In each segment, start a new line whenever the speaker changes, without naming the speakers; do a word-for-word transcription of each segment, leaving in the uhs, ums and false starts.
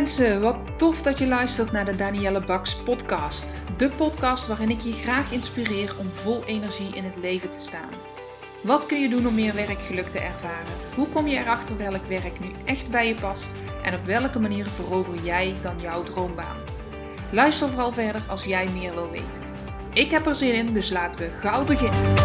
mensen, wat tof dat je luistert naar de Danielle Baks podcast. De podcast waarin ik je graag inspireer om vol energie in het leven te staan. Wat kun je doen om meer werkgeluk te ervaren? Hoe kom je erachter welk werk nu echt bij je past? En op welke manier verover jij dan jouw droombaan? Luister vooral verder als jij meer wil weten. Ik heb er zin in, dus laten we gauw beginnen.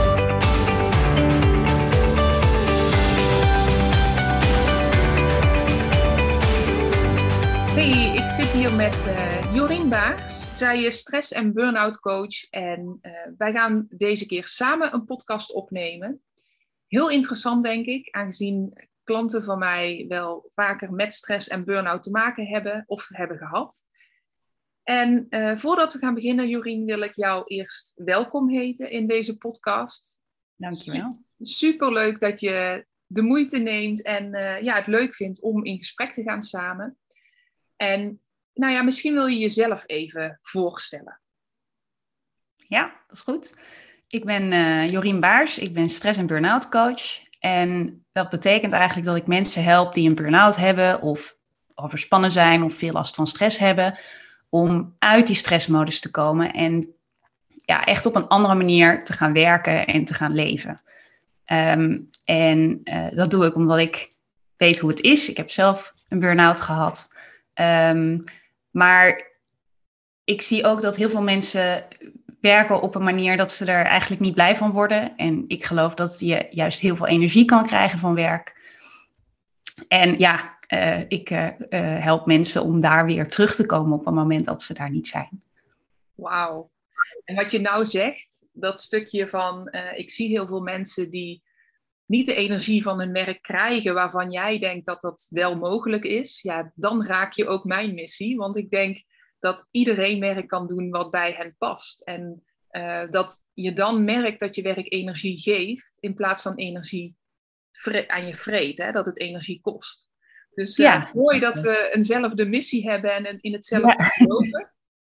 Hey, ik zit hier met uh, Jorien Baars. Zij is stress- en burn-out coach en uh, wij gaan deze keer samen een podcast opnemen. Heel interessant, denk ik, aangezien klanten van mij wel vaker met stress en burn-out te maken hebben of hebben gehad. En uh, voordat we gaan beginnen, Jorien, wil ik jou eerst welkom heten in deze podcast.
Dankjewel.
Superleuk dat je de moeite neemt en uh, ja, het leuk vindt om in gesprek te gaan samen. En nou ja, misschien wil je jezelf even voorstellen.
Ja, dat is goed. Ik ben uh, Jorien Baars, ik ben stress- en burn-out coach. En dat betekent eigenlijk dat ik mensen help die een burn-out hebben of overspannen zijn of veel last van stress hebben, om uit die stressmodus te komen en ja, echt op een andere manier te gaan werken en te gaan leven. Um, en uh, dat doe ik omdat ik weet hoe het is. Ik heb zelf een burn-out gehad. Um, maar ik zie ook dat heel veel mensen werken op een manier dat ze er eigenlijk niet blij van worden. En ik geloof dat je juist heel veel energie kan krijgen van werk. En ja, uh, ik uh, uh, help mensen om daar weer terug te komen op een moment dat ze daar niet zijn.
Wauw. En wat je nou zegt, dat stukje van, uh, ik zie heel veel mensen die niet de energie van hun werk krijgen waarvan jij denkt dat dat wel mogelijk is, ja, dan raak je ook mijn missie. Want ik denk dat iedereen werk kan doen wat bij hen past. En uh, dat je dan merkt dat je werk energie geeft, in plaats van energie vre- aan je vreet, hè, dat het energie kost. Dus uh, ja. Mooi dat we eenzelfde missie hebben en in hetzelfde ja. geloven.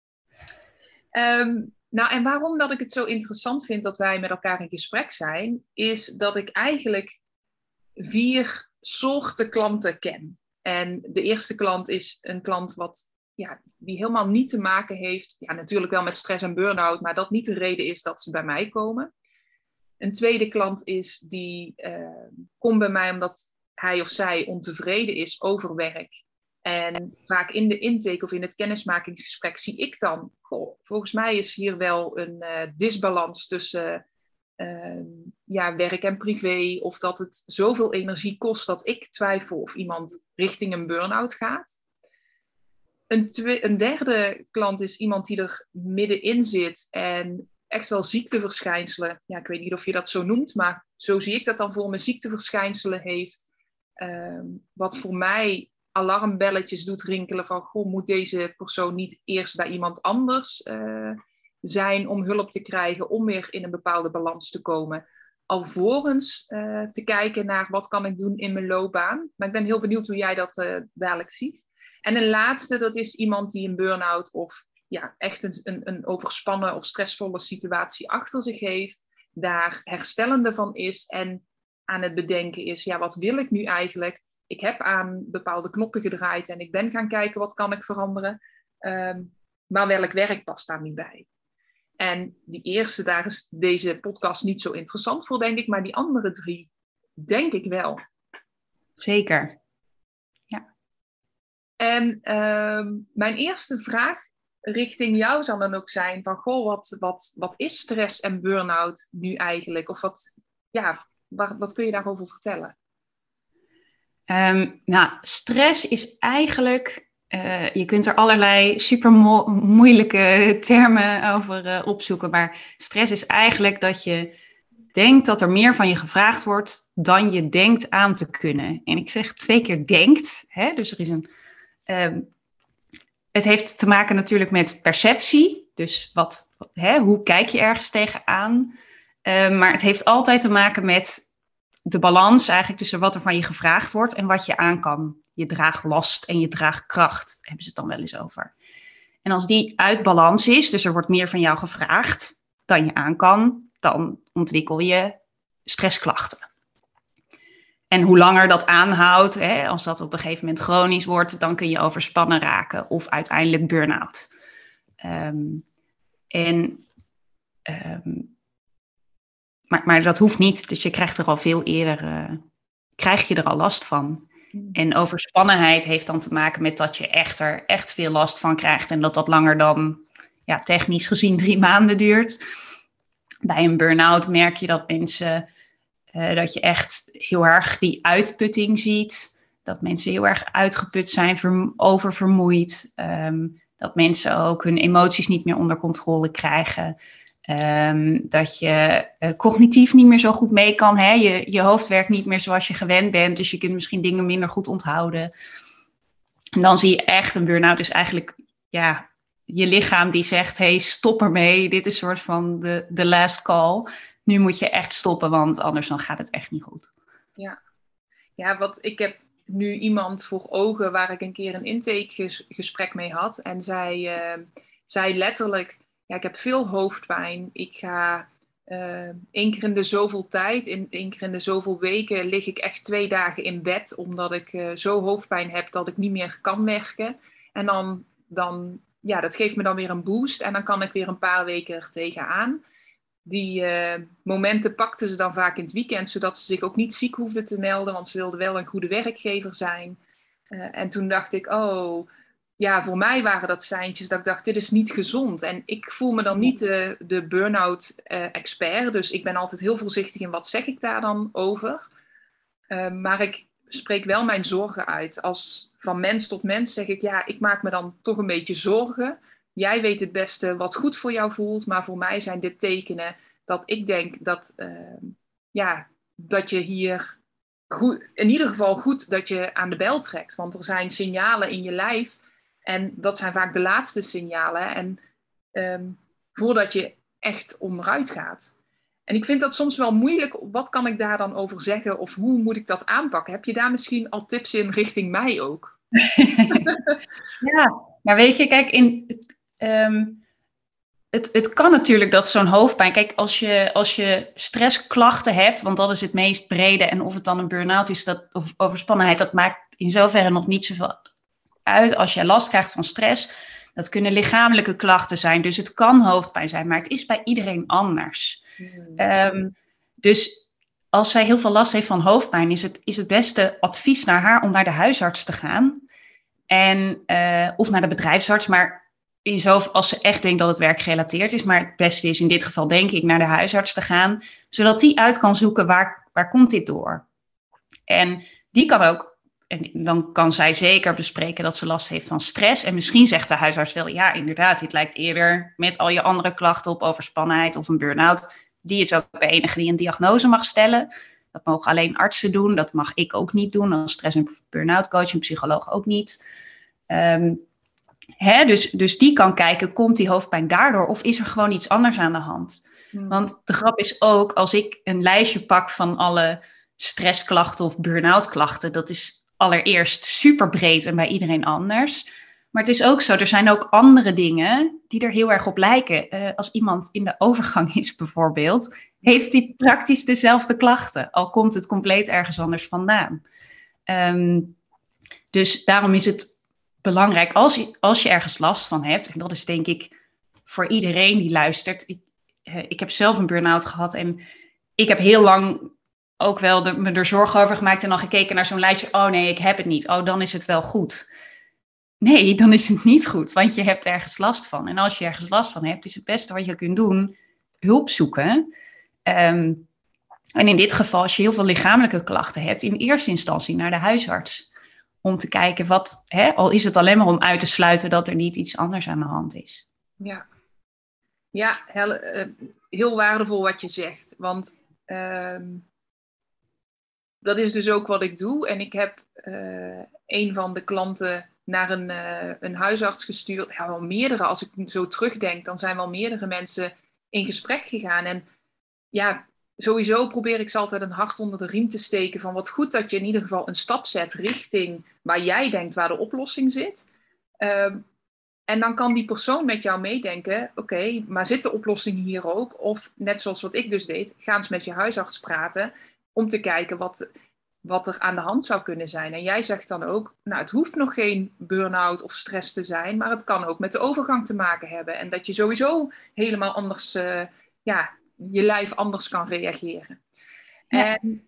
Um, Nou, en waarom dat ik het zo interessant vind dat wij met elkaar in gesprek zijn, is dat ik eigenlijk vier soorten klanten ken. En de eerste klant is een klant wat, ja, die helemaal niet te maken heeft, ja, natuurlijk wel met stress en burn-out, maar dat niet de reden is dat ze bij mij komen. Een tweede klant is die uh, komt bij mij omdat hij of zij ontevreden is over werk. En vaak in de intake of in het kennismakingsgesprek zie ik dan, goh, volgens mij is hier wel een uh, disbalans tussen uh, ja, werk en privé. Of dat het zoveel energie kost dat ik twijfel of iemand richting een burn-out gaat. Een, twe- een derde klant is iemand die er middenin zit en echt wel ziekteverschijnselen. Ja, ik weet niet of je dat zo noemt, maar zo zie ik dat dan voor me, ziekteverschijnselen heeft. Uh, wat voor mij alarmbelletjes doet rinkelen van, goh, moet deze persoon niet eerst bij iemand anders uh, zijn om hulp te krijgen, om weer in een bepaalde balans te komen. Alvorens uh, te kijken naar wat kan ik doen in mijn loopbaan. Maar ik ben heel benieuwd hoe jij dat uh, dadelijk ziet. En een laatste, dat is iemand die een burn-out of ja, echt een, een, een overspannen of stressvolle situatie achter zich heeft, daar herstellende van is en aan het bedenken is, ja, wat wil ik nu eigenlijk? Ik heb aan bepaalde knoppen gedraaid en ik ben gaan kijken wat kan ik veranderen. Um, maar welk werk past daar nu bij? En die eerste, daar is deze podcast niet zo interessant voor, denk ik. Maar die andere drie, denk ik wel.
Zeker. Ja.
En um, mijn eerste vraag richting jou zal dan ook zijn van, goh, wat, wat, wat is stress en burn-out nu eigenlijk? Of wat, ja, wat, wat kun je daarover vertellen?
Um, nou, stress is eigenlijk, uh, je kunt er allerlei super mo- moeilijke termen over uh, opzoeken, maar stress is eigenlijk dat je denkt dat er meer van je gevraagd wordt dan je denkt aan te kunnen. En ik zeg twee keer denkt, hè? Dus er is een, um, het heeft te maken natuurlijk met perceptie, dus wat, hè, hoe kijk je ergens tegenaan, uh, maar het heeft altijd te maken met de balans eigenlijk tussen wat er van je gevraagd wordt en wat je aan kan. Je draaglast en je draagkracht, hebben ze het dan wel eens over. En als die uit balans is, dus er wordt meer van jou gevraagd dan je aan kan, dan ontwikkel je stressklachten. en hoe langer dat aanhoudt, hè, als dat op een gegeven moment chronisch wordt, dan kun je overspannen raken of uiteindelijk burn-out. Um, en, um, maar, maar dat hoeft niet, dus je krijgt er al veel eerder, uh, krijg je er al last van. En overspannenheid heeft dan te maken met dat je echt er echt veel last van krijgt en dat dat langer dan, ja, technisch gezien drie maanden duurt. Bij een burn-out merk je dat mensen, uh, dat je echt heel erg die uitputting ziet. Dat mensen heel erg uitgeput zijn, ver- oververmoeid. Um, dat mensen ook hun emoties niet meer onder controle krijgen. Um, dat je uh, cognitief niet meer zo goed mee kan. Hè? Je, je hoofd werkt niet meer zoals je gewend bent. Dus je kunt misschien dingen minder goed onthouden. En dan zie je echt, een burn-out is eigenlijk, ja, je lichaam die zegt, hey, stop ermee. Dit is een soort van de, de last call. Nu moet je echt stoppen, want anders dan gaat het echt niet goed.
Ja, ja, wat ik heb nu iemand voor ogen waar ik een keer een intakegesprek mee had. En zij uh, zei letterlijk, ja, ik heb veel hoofdpijn. Ik ga uh, één keer in de zoveel tijd, in, één keer in de zoveel weken lig ik echt twee dagen in bed. Omdat ik uh, zo hoofdpijn heb dat ik niet meer kan werken. En dan, dan, ja, dat geeft me dan weer een boost. En dan kan ik weer een paar weken er tegenaan. Die uh, momenten pakten ze dan vaak in het weekend, zodat ze zich ook niet ziek hoefden te melden, want ze wilden wel een goede werkgever zijn. Uh, en toen dacht ik, oh, ja, voor mij waren dat seintjes dat ik dacht, dit is niet gezond. En ik voel me dan niet de, de burn-out uh, expert, dus ik ben altijd heel voorzichtig in wat zeg ik daar dan over. Uh, maar ik spreek wel mijn zorgen uit. Als van mens tot mens zeg ik, ja, ik maak me dan toch een beetje zorgen. Jij weet het beste wat goed voor jou voelt, maar voor mij zijn dit tekenen dat ik denk dat, uh, ja, dat je hier goed, in ieder geval goed dat je aan de bel trekt. Want er zijn signalen in je lijf en dat zijn vaak de laatste signalen. En um, voordat je echt onderuit gaat. En ik vind dat soms wel moeilijk. Wat kan ik daar dan over zeggen of hoe moet ik dat aanpakken? Heb je daar misschien al tips in richting mij ook?
Ja, maar weet je, kijk, in, um, het, het kan natuurlijk dat zo'n hoofdpijn... Kijk, als je, als je stressklachten hebt, want dat is het meest brede... en of het dan een burn-out is dat, of overspannenheid... dat maakt in zoverre nog niet zoveel uit. Als je last krijgt van stress, dat kunnen lichamelijke klachten zijn. Dus het kan hoofdpijn zijn, maar het is bij iedereen anders. Hmm. Um, dus als zij heel veel last heeft van hoofdpijn... is het, is het beste advies naar haar om naar de huisarts te gaan... En, uh, of naar de bedrijfsarts, maar in zo, als ze echt denkt dat het werkgerelateerd is. Maar het beste is in dit geval, denk ik, naar de huisarts te gaan. Zodat die uit kan zoeken, waar, waar komt dit door? En die kan ook, en dan kan zij zeker bespreken dat ze last heeft van stress. En misschien zegt de huisarts wel, ja, inderdaad, dit lijkt eerder met al je andere klachten op overspannenheid of een burn-out. Die is ook de enige die een diagnose mag stellen. Dat mogen alleen artsen doen. Dat mag ik ook niet doen. Als stress- en burn-out coach en psycholoog ook niet. Um, hè, dus, dus die kan kijken, komt die hoofdpijn daardoor? Of is er gewoon iets anders aan de hand? Hmm. Want de grap is ook, als ik een lijstje pak van alle stressklachten of burn-out klachten. Dat is allereerst super breed en bij iedereen anders. Maar het is ook zo, er zijn ook andere dingen die er heel erg op lijken. Uh, als iemand in de overgang is bijvoorbeeld, heeft hij praktisch dezelfde klachten. Al komt het compleet ergens anders vandaan. Um, dus daarom is het belangrijk, als je, als je ergens last van hebt, en dat is denk ik voor iedereen die luistert. Ik, uh, ik heb zelf een burn-out gehad en ik heb heel lang ook wel de, me er zorgen over gemaakt en dan gekeken naar zo'n lijstje. Oh nee, ik heb het niet. Oh, dan is het wel goed. Nee, dan is het niet goed, want je hebt ergens last van. En als je ergens last van hebt, is het beste wat je kunt doen, hulp zoeken. Um, en in dit geval, als je heel veel lichamelijke klachten hebt, in eerste instantie naar de huisarts. Om te kijken, wat, hè, al is het alleen maar om uit te sluiten dat er niet iets anders aan de hand is.
Ja, ja heel, uh, heel waardevol wat je zegt. Want uh, dat is dus ook wat ik doe. En ik heb uh, een van de klanten naar een, uh, een huisarts gestuurd. Ja, wel meerdere. Als ik zo terugdenk, dan zijn wel meerdere mensen in gesprek gegaan. En ja, sowieso probeer ik ze altijd een hart onder de riem te steken. Van wat goed dat je in ieder geval een stap zet richting waar jij denkt waar de oplossing zit. Uh, en dan kan die persoon met jou meedenken. Oké, okay, maar zit de oplossing hier ook? Of net zoals wat ik dus deed, ga eens met je huisarts praten. Om te kijken wat... wat er aan de hand zou kunnen zijn. En jij zegt dan ook, nou, het hoeft nog geen burn-out of stress te zijn, maar het kan ook met de overgang te maken hebben. En dat je sowieso helemaal anders, uh, ja, je lijf anders kan reageren. Ja. En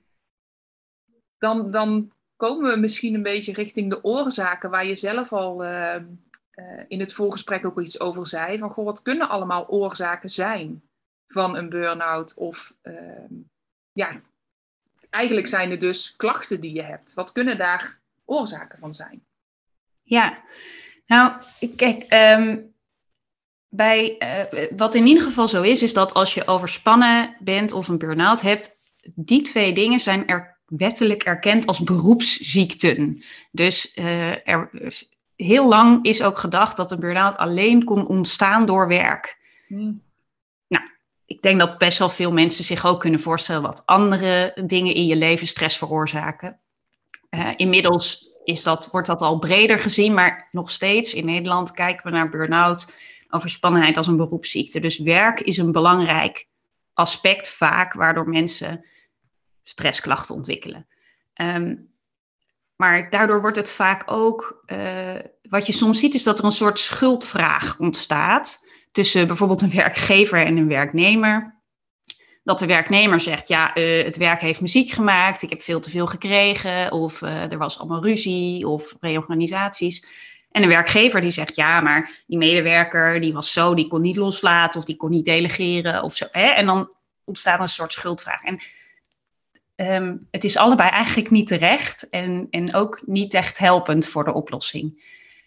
dan, dan komen we misschien een beetje richting de oorzaken, waar je zelf al uh, uh, in het voorgesprek ook iets over zei. Van, goh, wat kunnen allemaal oorzaken zijn van een burn-out of... Uh, ja, eigenlijk zijn er dus klachten die je hebt. Wat kunnen daar oorzaken van zijn?
Ja, nou, kijk, um, bij, uh, wat in ieder geval zo is, is dat als je overspannen bent of een burn-out hebt, die twee dingen zijn er wettelijk erkend als beroepsziekten. Dus uh, er, heel lang is ook gedacht dat een burn-out alleen kon ontstaan door werk. Hmm. Nou, ik denk dat best wel veel mensen zich ook kunnen voorstellen wat andere dingen in je leven stress veroorzaken. Uh, inmiddels is dat, wordt dat al breder gezien, maar nog steeds in Nederland kijken we naar burn-out, overspannenheid als een beroepsziekte. Dus werk is een belangrijk aspect vaak waardoor mensen stressklachten ontwikkelen. Um, maar daardoor wordt het vaak ook, uh, wat je soms ziet is dat er een soort schuldvraag ontstaat tussen bijvoorbeeld een werkgever en een werknemer. Dat de werknemer zegt, ja, uh, het werk heeft muziek gemaakt, ik heb veel te veel gekregen, of uh, er was allemaal ruzie of reorganisaties. En de werkgever die zegt, ja, maar die medewerker die was zo, die kon niet loslaten of die kon niet delegeren of zo. Hè? En dan ontstaat een soort schuldvraag. En um, het is allebei eigenlijk niet terecht en, en ook niet echt helpend voor de oplossing.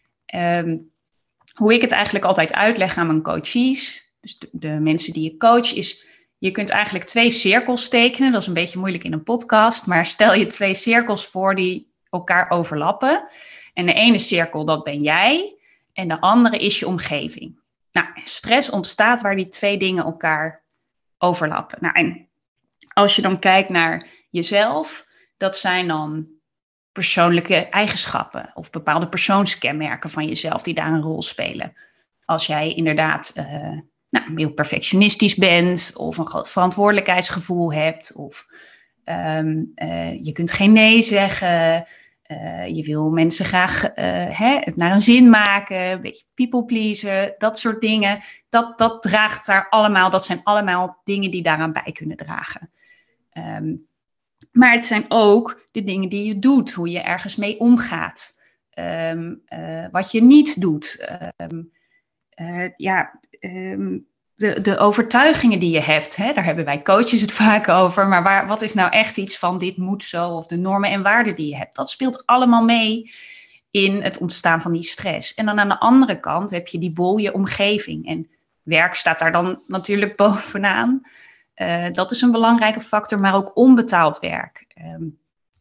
Um, hoe ik het eigenlijk altijd uitleg aan mijn coaches, dus de, de mensen die je coach, is je kunt eigenlijk twee cirkels tekenen. Dat is een beetje moeilijk in een podcast, maar stel je twee cirkels voor die elkaar overlappen. En de ene cirkel, dat ben jij. En de andere is je omgeving. Nou, stress ontstaat waar die twee dingen elkaar overlappen. Nou, en als je dan kijkt naar jezelf, dat zijn dan persoonlijke eigenschappen of bepaalde persoonskenmerken van jezelf die daar een rol spelen. Als jij inderdaad uh, nou, heel perfectionistisch bent of een groot verantwoordelijkheidsgevoel hebt of um, uh, je kunt geen nee zeggen. Uh, je wil mensen graag uh, hè, het naar een zin maken, een beetje people pleasen, dat soort dingen. Dat, dat draagt daar allemaal, dat zijn allemaal dingen die daaraan bij kunnen dragen. Um, maar het zijn ook de dingen die je doet, hoe je ergens mee omgaat. Um, uh, wat je niet doet. Um, uh, ja, um, de, de overtuigingen die je hebt, hè, daar hebben wij coaches het vaak over. Maar waar, wat is nou echt iets van dit moet zo of de normen en waarden die je hebt? Dat speelt allemaal mee in het ontstaan van die stress. En dan aan de andere kant heb je die bol, je omgeving. En werk staat daar dan natuurlijk bovenaan. Uh, dat is een belangrijke factor, maar ook onbetaald werk. Um,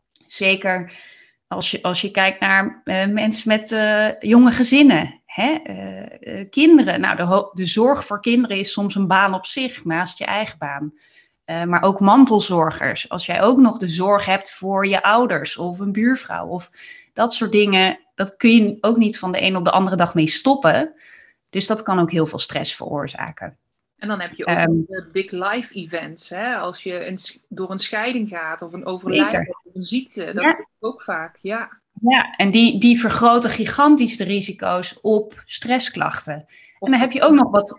zeker als je, als je kijkt naar uh, mensen met uh, jonge gezinnen. Hè? Uh, uh, kinderen, nou, de, ho- de zorg voor kinderen is soms een baan op zich, naast je eigen baan. Uh, maar ook mantelzorgers. Als jij ook nog de zorg hebt voor je ouders of een buurvrouw of dat soort dingen, dat kun je ook niet van de een op de andere dag mee stoppen. Dus dat kan ook heel veel stress veroorzaken.
En dan heb je ook um, de big life events, hè? Als je een, door een scheiding gaat of een overlijden zeker. Of een ziekte, dat ja. is ook vaak, ja.
Ja, en die, die vergroten gigantisch de risico's op stressklachten. Of en dan heb je ook nog wat...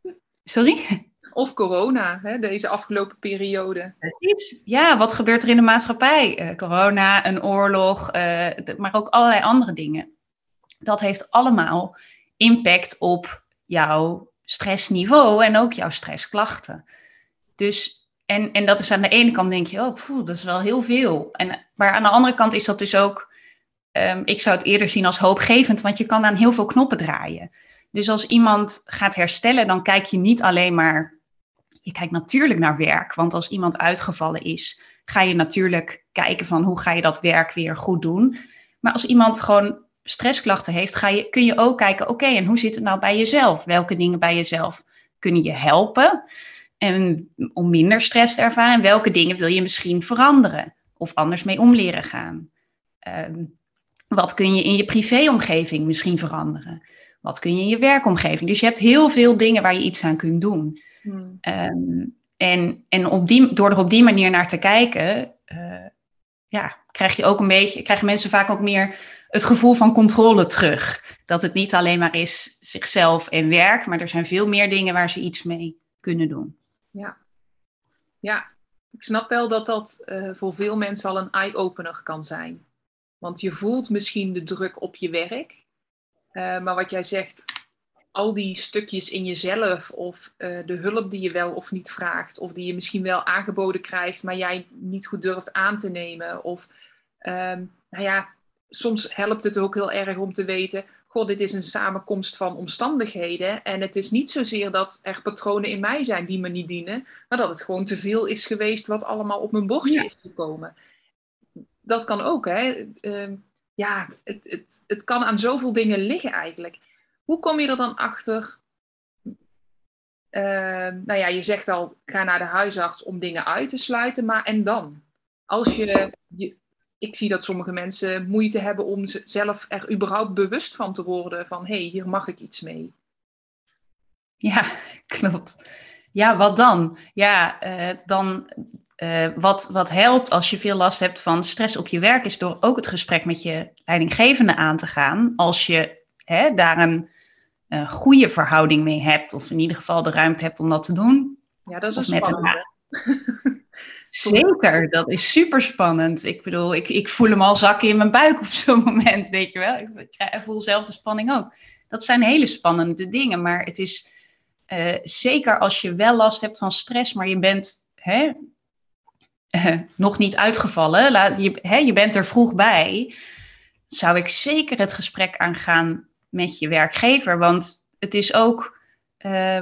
Sorry?
Of corona, hè, deze afgelopen periode.
Precies. Ja, wat gebeurt er in de maatschappij? Uh, corona, een oorlog, uh, maar ook allerlei andere dingen. Dat heeft allemaal impact op jouw stressniveau en ook jouw stressklachten. Dus, en, en dat is aan de ene kant denk je, oh, poeh, dat is wel heel veel. En, maar aan de andere kant is dat dus ook, um, ik zou het eerder zien als hoopgevend, want je kan aan heel veel knoppen draaien. Dus als iemand gaat herstellen, dan kijk je niet alleen maar, je kijkt natuurlijk naar werk. Want als iemand uitgevallen is, ga je natuurlijk kijken van hoe ga je dat werk weer goed doen. Maar als iemand gewoon stressklachten heeft, ga je, kun je ook kijken, oké, okay, en hoe zit het nou bij jezelf? Welke dingen bij jezelf kunnen je helpen en om minder stress te ervaren? En welke dingen wil je misschien veranderen of anders mee om leren gaan? Um, wat kun je in je privéomgeving misschien veranderen? Wat kun je in je werkomgeving? Dus je hebt heel veel dingen waar je iets aan kunt doen. Hmm. Um, en en op die, door er op die manier naar te kijken, uh, ja, krijg je ook een beetje, krijgen mensen vaak ook meer het gevoel van controle terug. Dat het niet alleen maar is zichzelf en werk, maar er zijn veel meer dingen waar ze iets mee kunnen doen.
Ja, ja. Ik snap wel dat dat uh, voor veel mensen al een eye-opener kan zijn. Want je voelt misschien de druk op je werk. Uh, maar wat jij zegt, al die stukjes in jezelf of uh, de hulp die je wel of niet vraagt. Of die je misschien wel aangeboden krijgt, maar jij niet goed durft aan te nemen. Of, um, nou ja, soms helpt het ook heel erg om te weten, goh, dit is een samenkomst van omstandigheden. En het is niet zozeer dat er patronen in mij zijn die me niet dienen, maar dat het gewoon te veel is geweest wat allemaal op mijn bordje ja. is gekomen. Dat kan ook, hè. Uh, ja, het, het, het kan aan zoveel dingen liggen eigenlijk. Hoe kom je er dan achter? Uh, nou ja, je zegt al, ga naar de huisarts om dingen uit te sluiten, maar en dan? Als je, je ik zie dat sommige mensen moeite hebben om zelf er überhaupt bewust van te worden van, hé, hey, hier mag ik iets mee.
Ja, klopt. Ja, wat dan? Ja, uh, dan uh, wat, wat helpt als je veel last hebt van stress op je werk is door ook het gesprek met je leidinggevende aan te gaan. Als je hè, daar een uh, goede verhouding mee hebt, of in ieder geval de ruimte hebt om dat te doen.
Ja, dat is
of
met een
Zeker, dat is super spannend. Ik bedoel, ik, ik voel hem al zakken in mijn buik op zo'n moment, weet je wel. Ik, ik voel zelf de spanning ook. Dat zijn hele spannende dingen, maar het is uh, zeker als je wel last hebt van stress, maar je bent hè, uh, nog niet uitgevallen, laat, je, hè, je bent er vroeg bij, zou ik zeker het gesprek aangaan met je werkgever, want het is ook... Uh,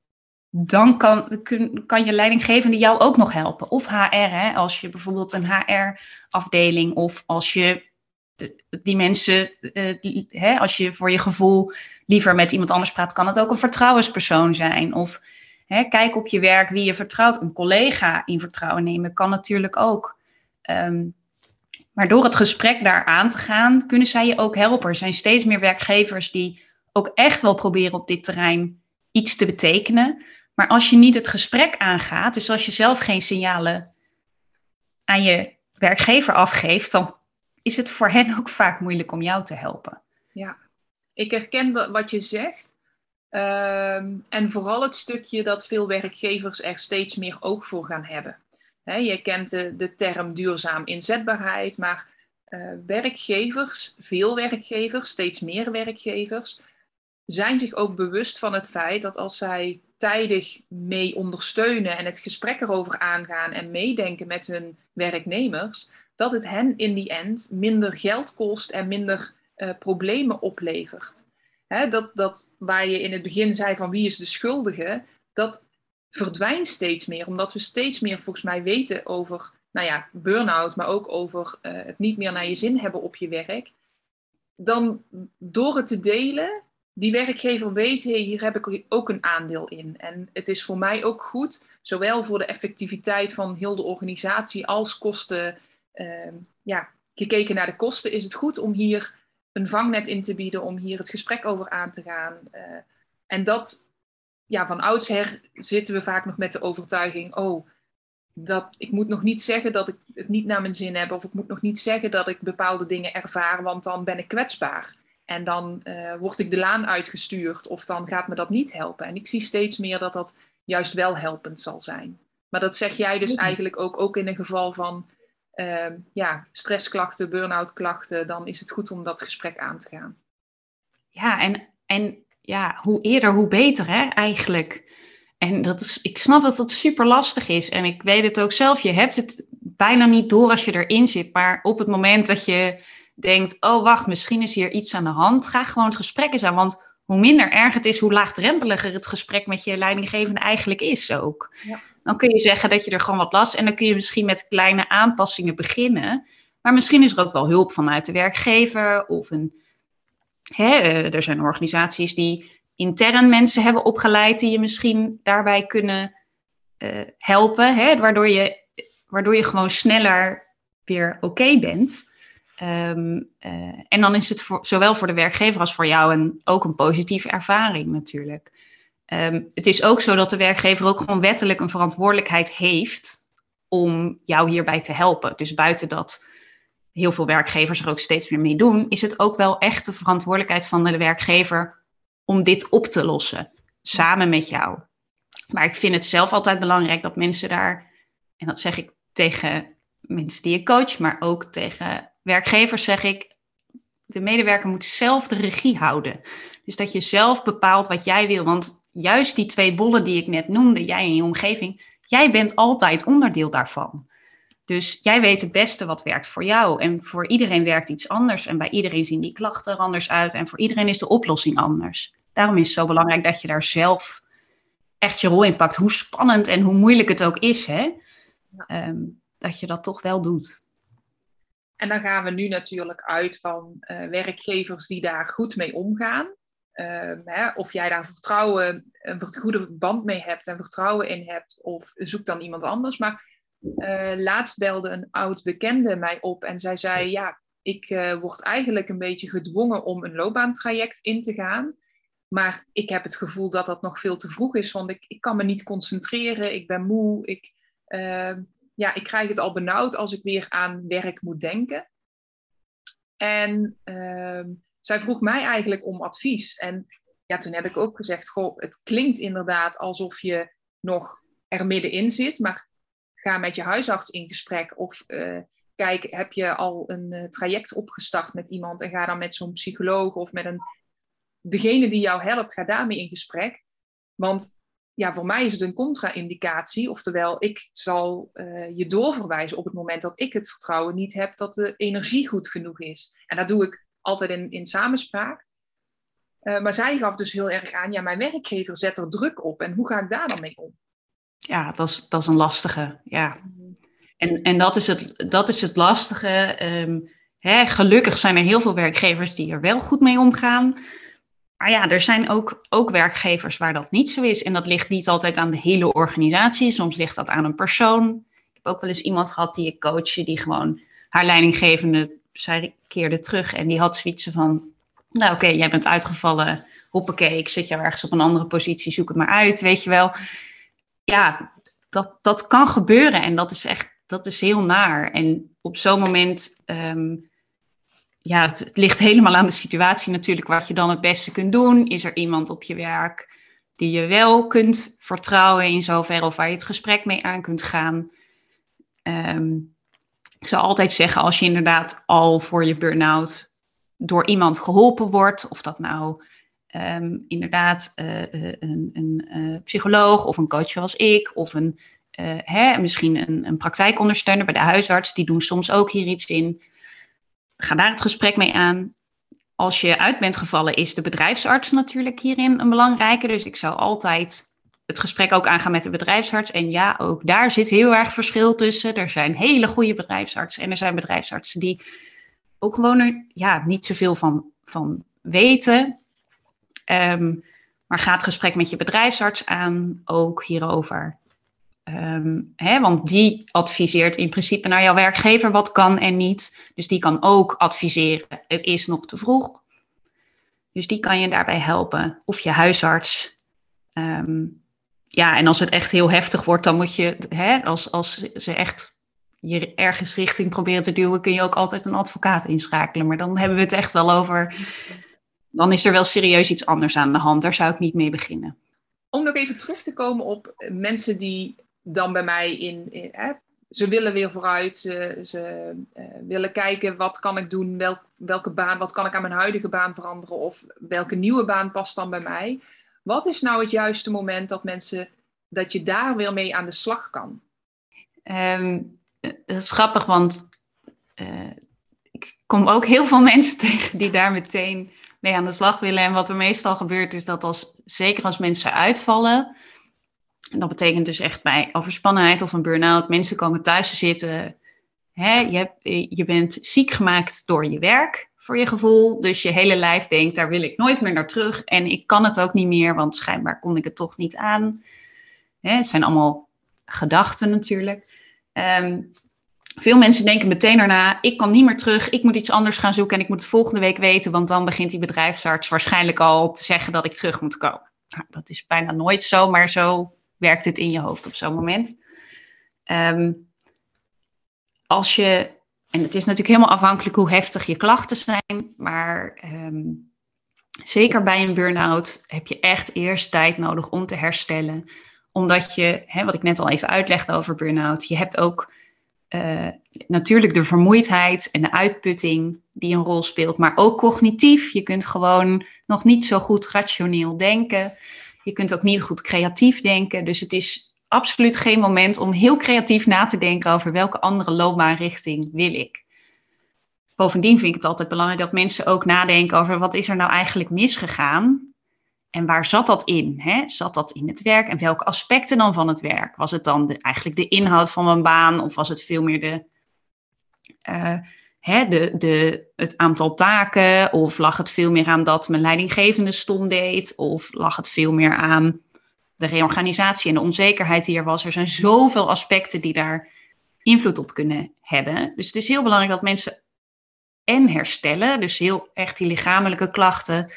dan kan, kan je leidinggevende jou ook nog helpen. Of H R, hè, als je bijvoorbeeld een H R-afdeling... of als je die mensen... Uh, die, hè, als je voor je gevoel liever met iemand anders praat... kan het ook een vertrouwenspersoon zijn. Of hè, kijk op je werk wie je vertrouwt. Een collega in vertrouwen nemen kan natuurlijk ook. Um, maar door het gesprek daar aan te gaan... kunnen zij je ook helpen. Er zijn steeds meer werkgevers die ook echt wel proberen op dit terrein... iets te betekenen... Maar als je niet het gesprek aangaat, dus als je zelf geen signalen aan je werkgever afgeeft, dan is het voor hen ook vaak moeilijk om jou te helpen.
Ja, ik herken dat wat je zegt. Um, en vooral het stukje dat veel werkgevers er steeds meer oog voor gaan hebben. He, je kent de, de term duurzaam inzetbaarheid, maar uh, werkgevers, veel werkgevers, steeds meer werkgevers, zijn zich ook bewust van het feit dat als zij tijdig mee ondersteunen en het gesprek erover aangaan en meedenken met hun werknemers, dat het hen in die end minder geld kost en minder uh, problemen oplevert. Hè, dat, dat waar je in het begin zei van wie is de schuldige, dat verdwijnt steeds meer, omdat we steeds meer volgens mij weten over, nou ja, burn-out, maar ook over uh, het niet meer naar je zin hebben op je werk. Dan door het te delen, die werkgever weet, hey, hier heb ik ook een aandeel in. En het is voor mij ook goed, zowel voor de effectiviteit van heel de organisatie als kosten. Uh, ja, gekeken naar de kosten is het goed om hier een vangnet in te bieden, om hier het gesprek over aan te gaan. Uh, en dat, ja, van oudsher zitten we vaak nog met de overtuiging, oh, dat, ik moet nog niet zeggen dat ik het niet naar mijn zin heb, of ik moet nog niet zeggen dat ik bepaalde dingen ervaar, want dan ben ik kwetsbaar. En dan uh, word ik de laan uitgestuurd of dan gaat me dat niet helpen. En ik zie steeds meer dat dat juist wel helpend zal zijn. Maar dat zeg jij dus eigenlijk ook, ook in een geval van uh, ja, stressklachten, burn-out klachten. Dan is het goed om dat gesprek aan te gaan.
Ja, en, en ja, hoe eerder hoe beter hè, eigenlijk. En dat is, ik snap dat dat super lastig is. En ik weet het ook zelf. Je hebt het bijna niet door als je erin zit. Maar op het moment dat je denkt, oh wacht, misschien is hier iets aan de hand. Ga gewoon het gesprek eens aan. Want hoe minder erg het is, hoe laagdrempeliger het gesprek met je leidinggevende eigenlijk is ook. Ja. Dan kun je zeggen dat je er gewoon wat last. En dan kun je misschien met kleine aanpassingen beginnen. Maar misschien is er ook wel hulp vanuit de werkgever. Of een, hè, er zijn organisaties die intern mensen hebben opgeleid die je misschien daarbij kunnen uh, helpen. Hè, waardoor, je, waardoor je gewoon sneller weer oké okay bent. Um, uh, en dan is het voor, zowel voor de werkgever als voor jou een, ook een positieve ervaring natuurlijk. Um, het is ook zo dat de werkgever ook gewoon wettelijk een verantwoordelijkheid heeft om jou hierbij te helpen. Dus buiten dat heel veel werkgevers er ook steeds meer mee doen, is het ook wel echt de verantwoordelijkheid van de werkgever om dit op te lossen, samen met jou. Maar ik vind het zelf altijd belangrijk dat mensen daar, en dat zeg ik tegen mensen die ik coach, maar ook tegen werkgevers zeg ik, de medewerker moet zelf de regie houden. Dus dat je zelf bepaalt wat jij wil. Want juist die twee bollen die ik net noemde, jij en je omgeving, jij bent altijd onderdeel daarvan. Dus jij weet het beste wat werkt voor jou. En voor iedereen werkt iets anders. En bij iedereen zien die klachten er anders uit. En voor iedereen is de oplossing anders. Daarom is het zo belangrijk dat je daar zelf echt je rol in pakt. Hoe spannend en hoe moeilijk het ook is, hè? Ja. Um, dat je dat toch wel doet.
En dan gaan we nu natuurlijk uit van uh, werkgevers die daar goed mee omgaan. Uh, hè, of jij daar vertrouwen, een goede band mee hebt en vertrouwen in hebt. Of zoek dan iemand anders. Maar uh, laatst belde een oud bekende mij op en zij zei, ja, ik uh, word eigenlijk een beetje gedwongen om een loopbaantraject in te gaan. Maar ik heb het gevoel dat dat nog veel te vroeg is. Want ik, ik kan me niet concentreren, ik ben moe, ik... Uh, Ja, ik krijg het al benauwd als ik weer aan werk moet denken. En uh, zij vroeg mij eigenlijk om advies. En ja, toen heb ik ook gezegd, goh, het klinkt inderdaad alsof je nog er middenin zit. Maar ga met je huisarts in gesprek. Of uh, kijk, heb je al een uh, traject opgestart met iemand. En ga dan met zo'n psycholoog of met een... degene die jou helpt, ga daarmee in gesprek. Want... ja, voor mij is het een contra-indicatie. Oftewel, ik zal uh, je doorverwijzen op het moment dat ik het vertrouwen niet heb dat de energie goed genoeg is. En dat doe ik altijd in, in samenspraak. Uh, maar zij gaf dus heel erg aan, ja, mijn werkgever zet er druk op. En hoe ga ik daar dan mee om?
Ja, dat is, dat is een lastige, ja. En, en dat, is het, dat is het lastige. Um, hè, gelukkig zijn er heel veel werkgevers die er wel goed mee omgaan. Maar ja, er zijn ook, ook werkgevers waar dat niet zo is. En dat ligt niet altijd aan de hele organisatie. Soms ligt dat aan een persoon. Ik heb ook wel eens iemand gehad die ik coachte, die gewoon haar leidinggevende zei, keerde terug. En die had zoiets van, nou oké, okay, jij bent uitgevallen. Hoppakee, ik zet jou ergens op een andere positie, zoek het maar uit, weet je wel. Ja, dat, dat kan gebeuren en dat is echt, dat is heel naar. En op zo'n moment... Um, Ja, het, het ligt helemaal aan de situatie natuurlijk wat je dan het beste kunt doen. Is er iemand op je werk die je wel kunt vertrouwen in zoverre of waar je het gesprek mee aan kunt gaan? Um, ik zou altijd zeggen, als je inderdaad al voor je burn-out door iemand geholpen wordt, of dat nou um, inderdaad uh, uh, een, een uh, psycholoog of een coach zoals ik, of een, uh, hè, misschien een, een praktijkondersteuner bij de huisarts, die doen soms ook hier iets in. Ga daar het gesprek mee aan. Als je uit bent gevallen, is de bedrijfsarts natuurlijk hierin een belangrijke. Dus ik zou altijd het gesprek ook aangaan met de bedrijfsarts. En ja, ook daar zit heel erg verschil tussen. Er zijn hele goede bedrijfsartsen en er zijn bedrijfsartsen die ook gewoon er ja, niet zoveel van, van weten. Um, maar ga het gesprek met je bedrijfsarts aan, ook hierover. Um, hè, want die adviseert in principe naar jouw werkgever wat kan en niet. Dus die kan ook adviseren, het is nog te vroeg. Dus die kan je daarbij helpen. Of je huisarts. Um, ja, en als het echt heel heftig wordt, dan moet je, hè, als, als ze echt je ergens richting proberen te duwen, kun je ook altijd een advocaat inschakelen. Maar dan hebben we het echt wel over, dan is er wel serieus iets anders aan de hand. Daar zou ik niet mee beginnen.
Om nog even terug te komen op mensen die dan bij mij in... in hè, ze willen weer vooruit, ze, ze uh, willen kijken wat kan ik doen, welk, welke baan, wat kan ik aan mijn huidige baan veranderen of welke nieuwe baan past dan bij mij. Wat is nou het juiste moment dat mensen, dat je daar weer mee aan de slag kan?
Um, dat is grappig, want uh, ik kom ook heel veel mensen tegen die daar meteen mee aan de slag willen. En wat er meestal gebeurt is dat als, zeker als mensen uitvallen, en dat betekent dus echt bij overspannenheid of een burn-out, mensen komen thuis te zitten. Hè, je, hebt, je bent ziek gemaakt door je werk, voor je gevoel. Dus je hele lijf denkt, daar wil ik nooit meer naar terug. En ik kan het ook niet meer, want schijnbaar kon ik het toch niet aan. Hè, het zijn allemaal gedachten natuurlijk. Um, veel mensen denken meteen daarna, ik kan niet meer terug, ik moet iets anders gaan zoeken en ik moet het volgende week weten, want dan begint die bedrijfsarts waarschijnlijk al te zeggen dat ik terug moet komen. Nou, dat is bijna nooit zo, maar zo werkt het in je hoofd op zo'n moment. Um, als je, en het is natuurlijk helemaal afhankelijk hoe heftig je klachten zijn, maar um, zeker bij een burn-out heb je echt eerst tijd nodig om te herstellen. Omdat je, hè, wat ik net al even uitlegde over burn-out, je hebt ook uh, natuurlijk de vermoeidheid en de uitputting die een rol speelt, maar ook cognitief. Je kunt gewoon nog niet zo goed rationeel denken. Je kunt ook niet goed creatief denken. Dus het is absoluut geen moment om heel creatief na te denken over welke andere loopbaanrichting wil ik. Bovendien vind ik het altijd belangrijk dat mensen ook nadenken over wat is er nou eigenlijk misgegaan en waar zat dat in? Hè? Zat dat in het werk en welke aspecten dan van het werk? Was het dan de, eigenlijk de inhoud van mijn baan of was het veel meer de, uh, hè, de, de, het aantal taken of lag het veel meer aan dat mijn leidinggevende stom deed of lag het veel meer aan de reorganisatie en de onzekerheid die er was? Er zijn zoveel aspecten die daar invloed op kunnen hebben. Dus het is heel belangrijk dat mensen en herstellen, dus heel echt die lichamelijke klachten,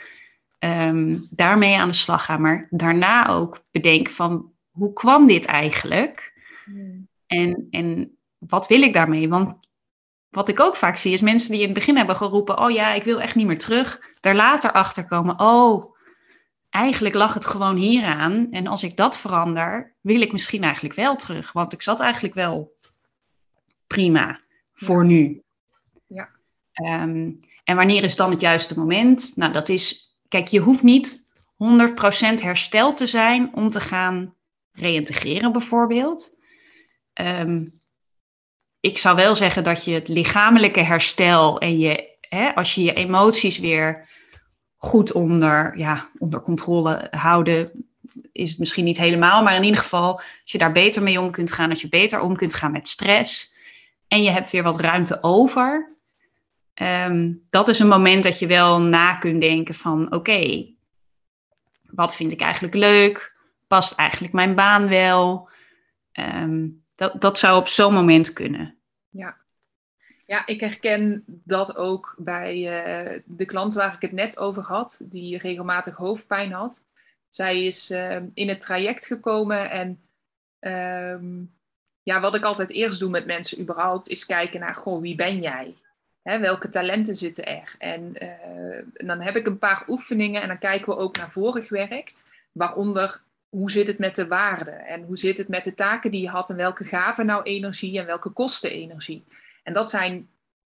um, daarmee aan de slag gaan. Maar daarna ook bedenken van, hoe kwam dit eigenlijk? Mm. En, en wat wil ik daarmee? Want wat ik ook vaak zie, is mensen die in het begin hebben geroepen, oh ja, ik wil echt niet meer terug. Daar later achter komen, oh, eigenlijk lag het gewoon hieraan. En als ik dat verander, wil ik misschien eigenlijk wel terug. Want ik zat eigenlijk wel prima voor
ja.
nu.
Ja.
Um, en wanneer is dan het juiste moment? Nou, dat is, kijk, je hoeft niet honderd procent hersteld te zijn om te gaan reïntegreren bijvoorbeeld. Um, ik zou wel zeggen dat je het lichamelijke herstel en je, hè, als je je emoties weer goed onder, ja, onder controle houden, is het misschien niet helemaal, maar in ieder geval, als je daar beter mee om kunt gaan, als je beter om kunt gaan met stress en je hebt weer wat ruimte over. Um, dat is een moment dat je wel na kunt denken van oké, okay, wat vind ik eigenlijk leuk? Past eigenlijk mijn baan wel? Um, dat, dat zou op zo'n moment kunnen.
Ja. Ja, ik herken dat ook bij uh, de klant waar ik het net over had, die regelmatig hoofdpijn had. Zij is uh, in het traject gekomen en um, ja, wat ik altijd eerst doe met mensen überhaupt, is kijken naar, goh, wie ben jij? Hè, welke talenten zitten er? En, uh, en dan heb ik een paar oefeningen en dan kijken we ook naar vorig werk. Waaronder, hoe zit het met de waarden? En hoe zit het met de taken die je had? En welke gaven nou energie en welke kosten energie? En dat zijn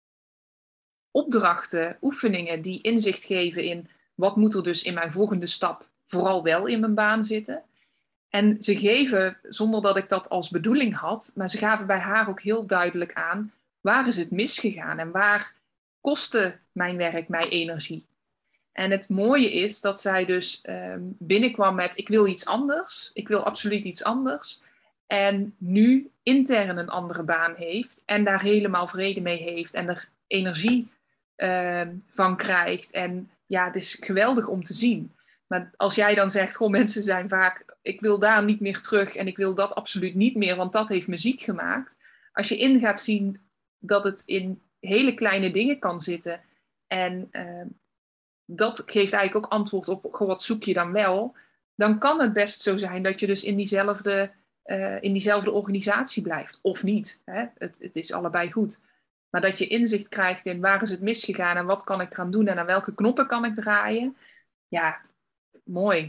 opdrachten, oefeningen die inzicht geven in wat moet er dus in mijn volgende stap vooral wel in mijn baan zitten. En ze geven, zonder dat ik dat als bedoeling had, maar ze gaven bij haar ook heel duidelijk aan, waar is het misgegaan en waar kostte mijn werk mij energie? En het mooie is dat zij dus um, binnenkwam met, ik wil iets anders, ik wil absoluut iets anders. En nu intern een andere baan heeft en daar helemaal vrede mee heeft en er energie uh, van krijgt. En ja, het is geweldig om te zien. Maar als jij dan zegt, goh, mensen zijn vaak, ik wil daar niet meer terug en ik wil dat absoluut niet meer, want dat heeft me ziek gemaakt. Als je in gaat zien dat het in hele kleine dingen kan zitten en uh, dat geeft eigenlijk ook antwoord op, goh, wat zoek je dan wel? Dan kan het best zo zijn dat je dus in diezelfde, uh, in diezelfde organisatie blijft. Of niet. Hè? Het, het is allebei goed. Maar dat je inzicht krijgt in waar is het misgegaan en wat kan ik eraan doen en aan welke knoppen kan ik draaien. Ja, mooi.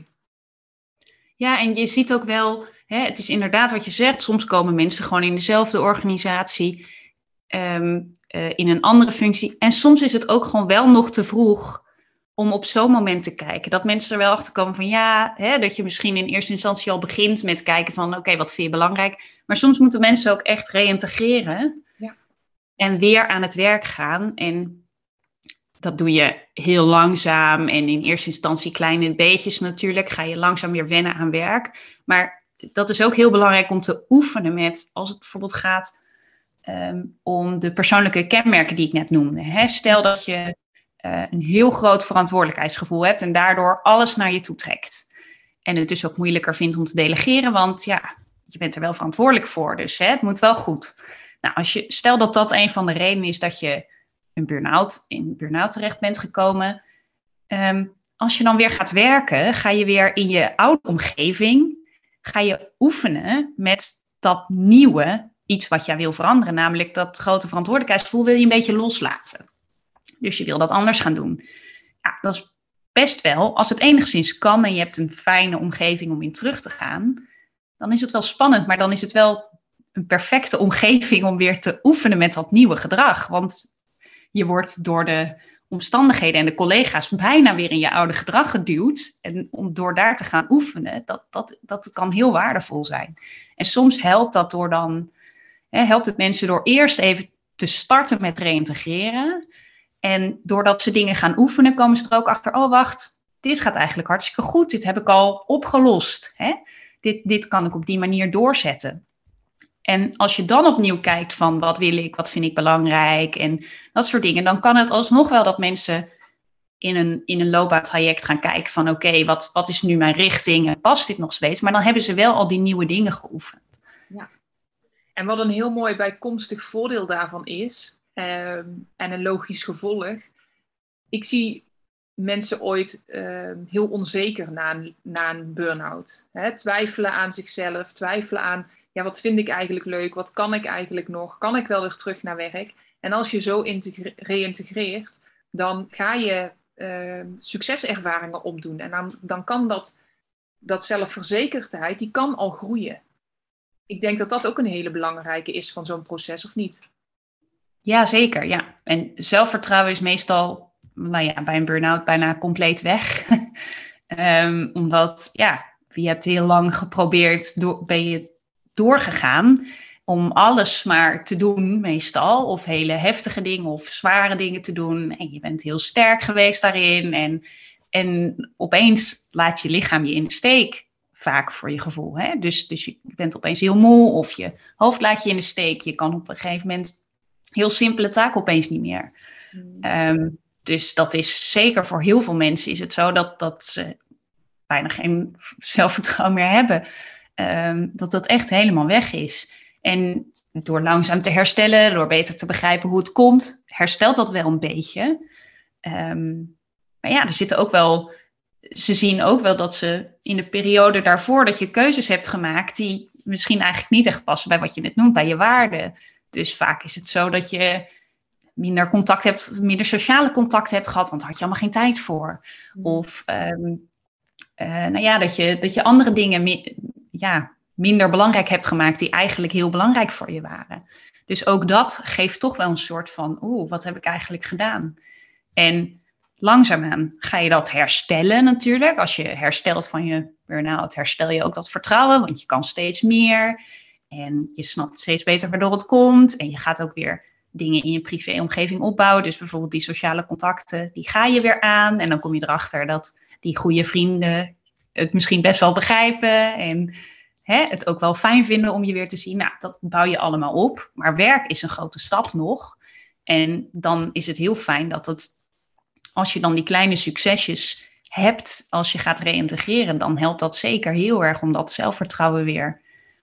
Ja, en je ziet ook wel, hè, het is inderdaad wat je zegt, soms komen mensen gewoon in dezelfde organisatie, um, uh, in een andere functie. En soms is het ook gewoon wel nog te vroeg om op zo'n moment te kijken. Dat mensen er wel achter komen van ja, hè, dat je misschien in eerste instantie al begint met kijken van oké, okay, wat vind je belangrijk? Maar soms moeten mensen ook echt reïntegreren
ja.
en weer aan het werk gaan. En dat doe je heel langzaam en in eerste instantie kleine beetjes natuurlijk. Ga je langzaam weer wennen aan werk. Maar dat is ook heel belangrijk om te oefenen met, als het bijvoorbeeld gaat um, om de persoonlijke kenmerken die ik net noemde. Hè? Stel dat je uh, een heel groot verantwoordelijkheidsgevoel hebt en daardoor alles naar je toe trekt. En het dus ook moeilijker vindt om te delegeren, want ja, je bent er wel verantwoordelijk voor. Dus hè, het moet wel goed. Nou, als je, stel dat dat een van de redenen is dat je een burn-out, in burn-out terecht bent gekomen. Um, als je dan weer gaat werken, ga je weer in je oude omgeving, ga je oefenen met dat nieuwe iets wat jij wil veranderen. Namelijk dat grote verantwoordelijkheidsgevoel wil je een beetje loslaten. Dus je wil dat anders gaan doen. Ja, dat is best wel. Als het enigszins kan en je hebt een fijne omgeving om in terug te gaan, dan is het wel spannend. Maar dan is het wel een perfecte omgeving om weer te oefenen met dat nieuwe gedrag. Want je wordt door de omstandigheden en de collega's bijna weer in je oude gedrag geduwd. En om door daar te gaan oefenen, dat, dat, dat kan heel waardevol zijn. En soms helpt dat door dan, hè, helpt het mensen door eerst even te starten met reïntegreren. En doordat ze dingen gaan oefenen, komen ze er ook achter, oh wacht, dit gaat eigenlijk hartstikke goed. Dit heb ik al opgelost. Hè? Dit, dit kan ik op die manier doorzetten. En als je dan opnieuw kijkt van wat wil ik, wat vind ik belangrijk en dat soort dingen, dan kan het alsnog wel dat mensen in een, in een loopbaantraject gaan kijken van oké, okay, wat, wat is nu mijn richting en past dit nog steeds? Maar dan hebben ze wel al die nieuwe dingen geoefend.
Ja. En wat een heel mooi bijkomstig voordeel daarvan is, uh, en een logisch gevolg, ik zie mensen ooit uh, heel onzeker na een, na een burn-out. Hè? Twijfelen aan zichzelf, twijfelen aan, ja, wat vind ik eigenlijk leuk? Wat kan ik eigenlijk nog? Kan ik wel weer terug naar werk? En als je zo integre- reïntegreert, dan ga je uh, succeservaringen opdoen. En dan, dan kan dat, dat zelfverzekerdheid, die kan al groeien. Ik denk dat dat ook een hele belangrijke is van zo'n proces, of niet?
Ja, zeker. Ja. En zelfvertrouwen is meestal, nou ja, bij een burn-out bijna compleet weg. um, omdat, ja, je hebt heel lang geprobeerd, door, ben je doorgegaan om alles maar te doen meestal. Of hele heftige dingen of zware dingen te doen. En je bent heel sterk geweest daarin. En, en opeens laat je lichaam je in de steek. Vaak voor je gevoel. Hè? Dus, dus je bent opeens heel moe of je hoofd laat je in de steek. Je kan op een gegeven moment heel simpele taken opeens niet meer. Mm. Um, dus dat is zeker voor heel veel mensen is het zo dat, dat ze bijna geen zelfvertrouwen meer hebben. Um, dat dat echt helemaal weg is. En door langzaam te herstellen, door beter te begrijpen hoe het komt, herstelt dat wel een beetje. Um, maar ja, er zitten ook wel... Ze zien ook wel dat ze in de periode daarvoor dat je keuzes hebt gemaakt die misschien eigenlijk niet echt passen bij wat je net noemt, bij je waarden. Dus vaak is het zo dat je minder contact hebt, minder sociale contact hebt gehad, want daar had je allemaal geen tijd voor. Mm. Of um, uh, nou ja, dat je, dat je andere dingen mi- ja, minder belangrijk hebt gemaakt die eigenlijk heel belangrijk voor je waren. Dus ook dat geeft toch wel een soort van, oeh, wat heb ik eigenlijk gedaan? En langzaamaan ga je dat herstellen natuurlijk. Als je herstelt van je burn-out, herstel je ook dat vertrouwen, want je kan steeds meer. En je snapt steeds beter waardoor het komt. En je gaat ook weer dingen in je privéomgeving opbouwen. Dus bijvoorbeeld die sociale contacten, die ga je weer aan. En dan kom je erachter dat die goede vrienden het misschien best wel begrijpen. En hè, het ook wel fijn vinden om je weer te zien. Nou, dat bouw je allemaal op. Maar werk is een grote stap nog. En dan is het heel fijn dat het, als je dan die kleine succesjes hebt, als je gaat reïntegreren, dan helpt dat zeker heel erg om dat zelfvertrouwen weer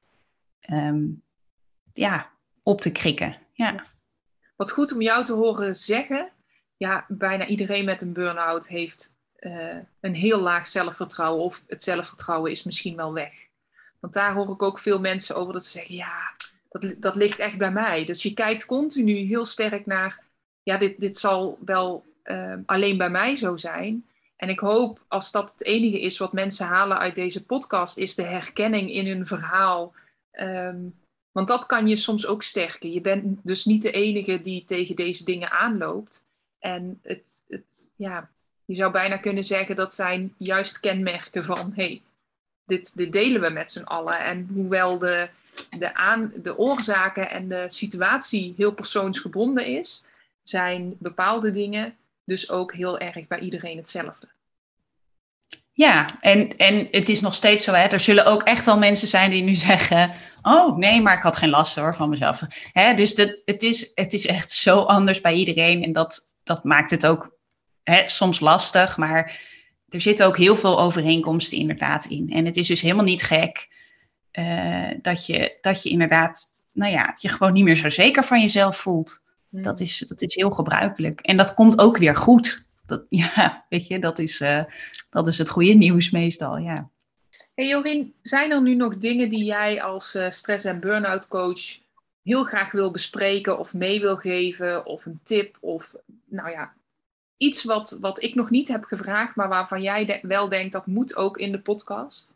um, ja, op te krikken. Ja.
Wat goed om jou te horen zeggen. Ja, bijna iedereen met een burn-out heeft uh, een heel laag zelfvertrouwen. Of het zelfvertrouwen is misschien wel weg. Want daar hoor ik ook veel mensen over dat ze zeggen, ja, dat, dat ligt echt bij mij. Dus je kijkt continu heel sterk naar, ja, dit, dit zal wel uh, alleen bij mij zo zijn. En ik hoop, als dat het enige is wat mensen halen uit deze podcast, is de herkenning in hun verhaal. Um, want dat kan je soms ook sterken. Je bent dus niet de enige die tegen deze dingen aanloopt. En het, het, ja, je zou bijna kunnen zeggen dat zijn juist kenmerken van, hey, dit, dit delen we met z'n allen. En hoewel de, de, aan, de oorzaken en de situatie heel persoonsgebonden is, zijn bepaalde dingen dus ook heel erg bij iedereen hetzelfde.
Ja, en, en het is nog steeds zo, hè, er zullen ook echt wel mensen zijn die nu zeggen, oh nee, maar ik had geen last hoor van mezelf. Hè, dus dat, het, is, het is echt zo anders bij iedereen en dat, dat maakt het ook hè, soms lastig, maar er zitten ook heel veel overeenkomsten inderdaad in. En het is dus helemaal niet gek uh, dat, je, dat je inderdaad, nou ja, je gewoon niet meer zo zeker van jezelf voelt. Hmm. Dat is, dat is heel gebruikelijk. En dat komt ook weer goed. Dat, ja, weet je, dat is, uh, dat is het goede nieuws meestal, ja.
Hey Jorien, zijn er nu nog dingen die jij als uh, stress- en burn-out coach heel graag wil bespreken of mee wil geven of een tip of nou ja, iets wat, wat ik nog niet heb gevraagd, maar waarvan jij de- wel denkt dat moet ook in de podcast?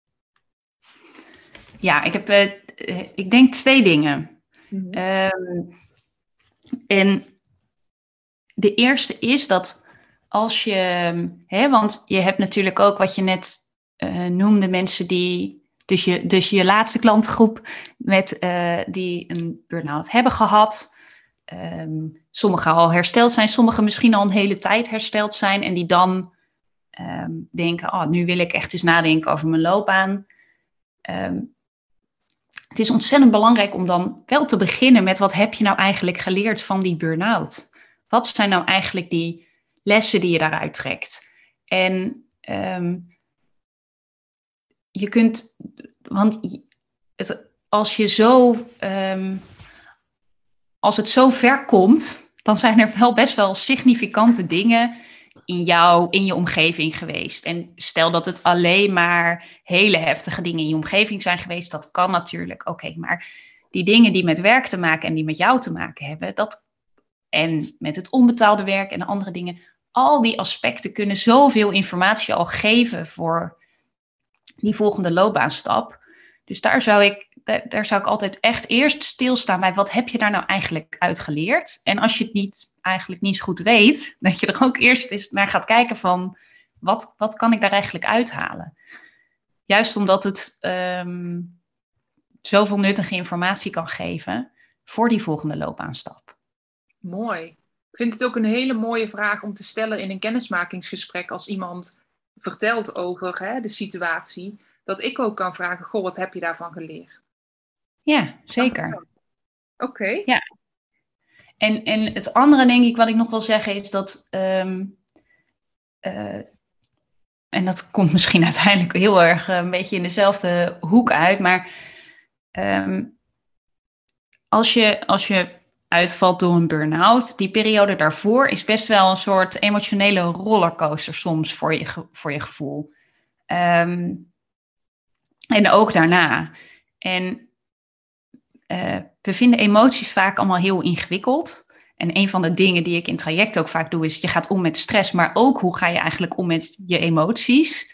Ja, ik heb, uh, ik denk twee dingen.
Mm-hmm.
Um, en de eerste is dat als je, hè, want je hebt natuurlijk ook wat je net uh, noemde, mensen die, dus je, dus je laatste klantengroep met, uh, die een burn-out hebben gehad. Um, sommigen al hersteld zijn, sommigen misschien al een hele tijd hersteld zijn en die dan um, denken, oh, nu wil ik echt eens nadenken over mijn loopbaan. Um, het is ontzettend belangrijk om dan wel te beginnen met wat heb je nou eigenlijk geleerd van die burn-out? Wat zijn nou eigenlijk die lessen die je daaruit trekt? En um, je kunt, want het, als je zo, um, als het zo ver komt, dan zijn er wel best wel significante dingen in jou, in je omgeving geweest. En stel dat het alleen maar hele heftige dingen in je omgeving zijn geweest, dat kan natuurlijk, oké, okay, maar die dingen die met werk te maken en die met jou te maken hebben, dat, en met het onbetaalde werk en andere dingen, al die aspecten kunnen zoveel informatie al geven voor die volgende loopbaanstap. Dus daar zou ik, daar, daar zou ik altijd echt eerst stilstaan bij wat heb je daar nou eigenlijk uit geleerd? En als je het niet, eigenlijk niet zo goed weet, dat je er ook eerst eens naar gaat kijken van wat, wat kan ik daar eigenlijk uithalen? Juist omdat het um, zoveel nuttige informatie kan geven voor die volgende loopbaanstap.
Mooi. Ik vind het ook een hele mooie vraag om te stellen in een kennismakingsgesprek als iemand vertelt over hè, de situatie, dat ik ook kan vragen, goh, wat heb je daarvan geleerd?
Ja, zeker.
Oké. Okay.
Ja. En, en het andere, denk ik, wat ik nog wil zeggen is dat, um, uh, en dat komt misschien uiteindelijk heel erg uh, een beetje in dezelfde hoek uit, maar um, als je, als je uitvalt door een burn-out, die periode daarvoor is best wel een soort emotionele rollercoaster soms voor je, voor je gevoel. Um, en ook daarna. En uh, we vinden emoties vaak allemaal heel ingewikkeld. En een van de dingen die ik in traject ook vaak doe, is je gaat om met stress, maar ook hoe ga je eigenlijk om met je emoties.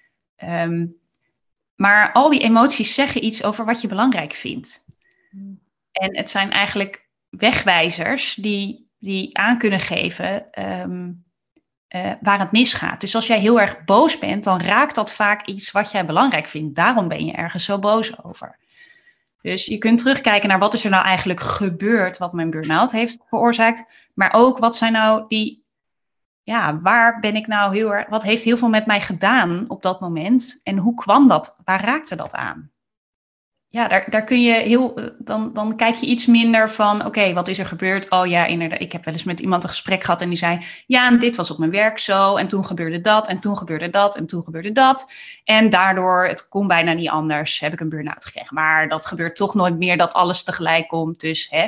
Um, maar al die emoties zeggen iets over wat je belangrijk vindt. Mm. En het zijn eigenlijk wegwijzers die, die aan kunnen geven um, uh, waar het misgaat. Dus als jij heel erg boos bent, dan raakt dat vaak iets wat jij belangrijk vindt. Daarom ben je ergens zo boos over. Dus je kunt terugkijken naar wat is er nou eigenlijk gebeurd wat mijn burn-out heeft veroorzaakt. Maar ook wat zijn nou die, ja, waar ben ik nou heel erg, wat heeft heel veel met mij gedaan op dat moment? En hoe kwam dat, waar raakte dat aan? Ja, daar, daar kun je heel, dan, dan kijk je iets minder van, oké, okay, wat is er gebeurd? Oh ja, inderdaad, ik heb wel eens met iemand een gesprek gehad en die zei, ja, en dit was op mijn werk zo, en toen gebeurde dat, en toen gebeurde dat, en toen gebeurde dat. En daardoor, het kon bijna niet anders, heb ik een burn-out gekregen. Maar dat gebeurt toch nooit meer dat alles tegelijk komt, dus hè.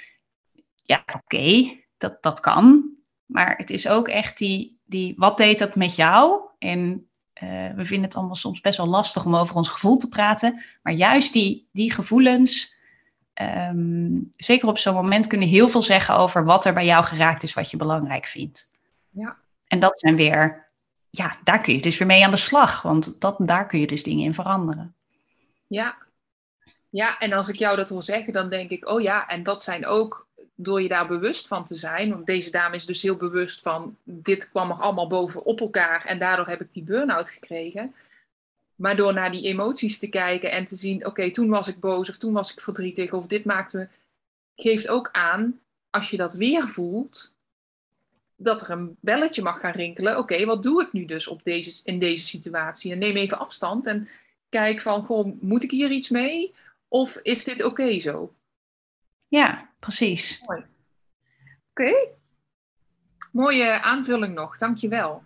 Ja, oké, okay, dat, dat kan. Maar het is ook echt die, die, wat deed dat met jou? En Uh, we vinden het allemaal soms best wel lastig om over ons gevoel te praten. Maar juist die, die gevoelens, um, zeker op zo'n moment, kunnen heel veel zeggen over wat er bij jou geraakt is, wat je belangrijk vindt.
Ja.
En dat zijn weer, ja, daar kun je dus weer mee aan de slag. Want dat, daar kun je dus dingen in veranderen.
Ja. Ja, en als ik jou dat hoor zeggen, dan denk ik, oh ja, en dat zijn ook, door je daar bewust van te zijn, want deze dame is dus heel bewust van, dit kwam er allemaal boven op elkaar en daardoor heb ik die burn-out gekregen. Maar door naar die emoties te kijken en te zien, oké, okay, toen was ik boos of toen was ik verdrietig of dit maakte me, geeft ook aan, als je dat weer voelt, dat er een belletje mag gaan rinkelen. Oké, okay, wat doe ik nu dus op deze, in deze situatie? En neem even afstand en kijk van, goh, moet ik hier iets mee? Of is dit oké okay zo?
Ja, precies.
Mooi. Oké. Okay. Mooie aanvulling nog, dankjewel.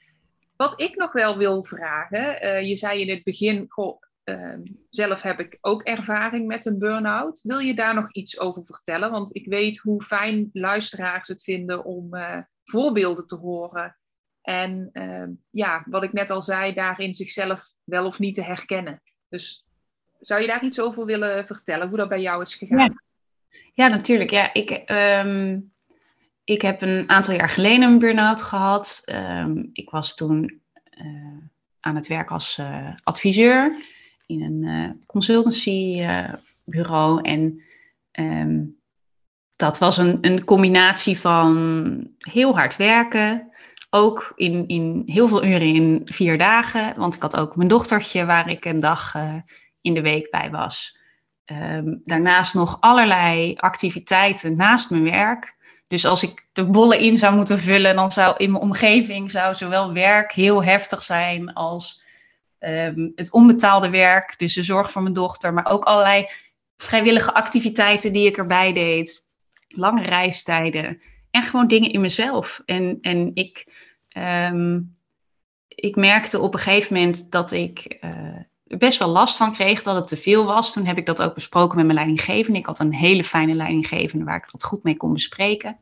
Wat ik nog wel wil vragen, uh, je zei in het begin, goh, uh, zelf heb ik ook ervaring met een burn-out. Wil je daar nog iets over vertellen? Want ik weet hoe fijn luisteraars het vinden om uh, voorbeelden te horen. En uh, ja, wat ik net al zei, daarin zichzelf wel of niet te herkennen. Dus zou je daar iets over willen vertellen, hoe dat bij jou is gegaan?
Ja. Ja, natuurlijk. Ja, ik, um, ik heb een aantal jaar geleden een burn-out gehad. Um, ik was toen uh, aan het werk als uh, adviseur in een uh, consultancybureau. Uh, en um, dat was een, een combinatie van heel hard werken. Ook in, in heel veel uren in vier dagen. Want ik had ook mijn dochtertje waar ik een dag uh, in de week bij was. Um, daarnaast nog allerlei activiteiten naast mijn werk. Dus als ik de bollen in zou moeten vullen, dan zou in mijn omgeving zou zowel werk heel heftig zijn als um, het onbetaalde werk. Dus de zorg voor mijn dochter, maar ook allerlei vrijwillige activiteiten die ik erbij deed. Lange reistijden en gewoon dingen in mezelf. En, en ik, um, ik merkte op een gegeven moment dat ik uh, best wel last van kreeg, dat het te veel was. Toen heb ik dat ook besproken met mijn leidinggevende. Ik had een hele fijne leidinggevende waar ik dat goed mee kon bespreken.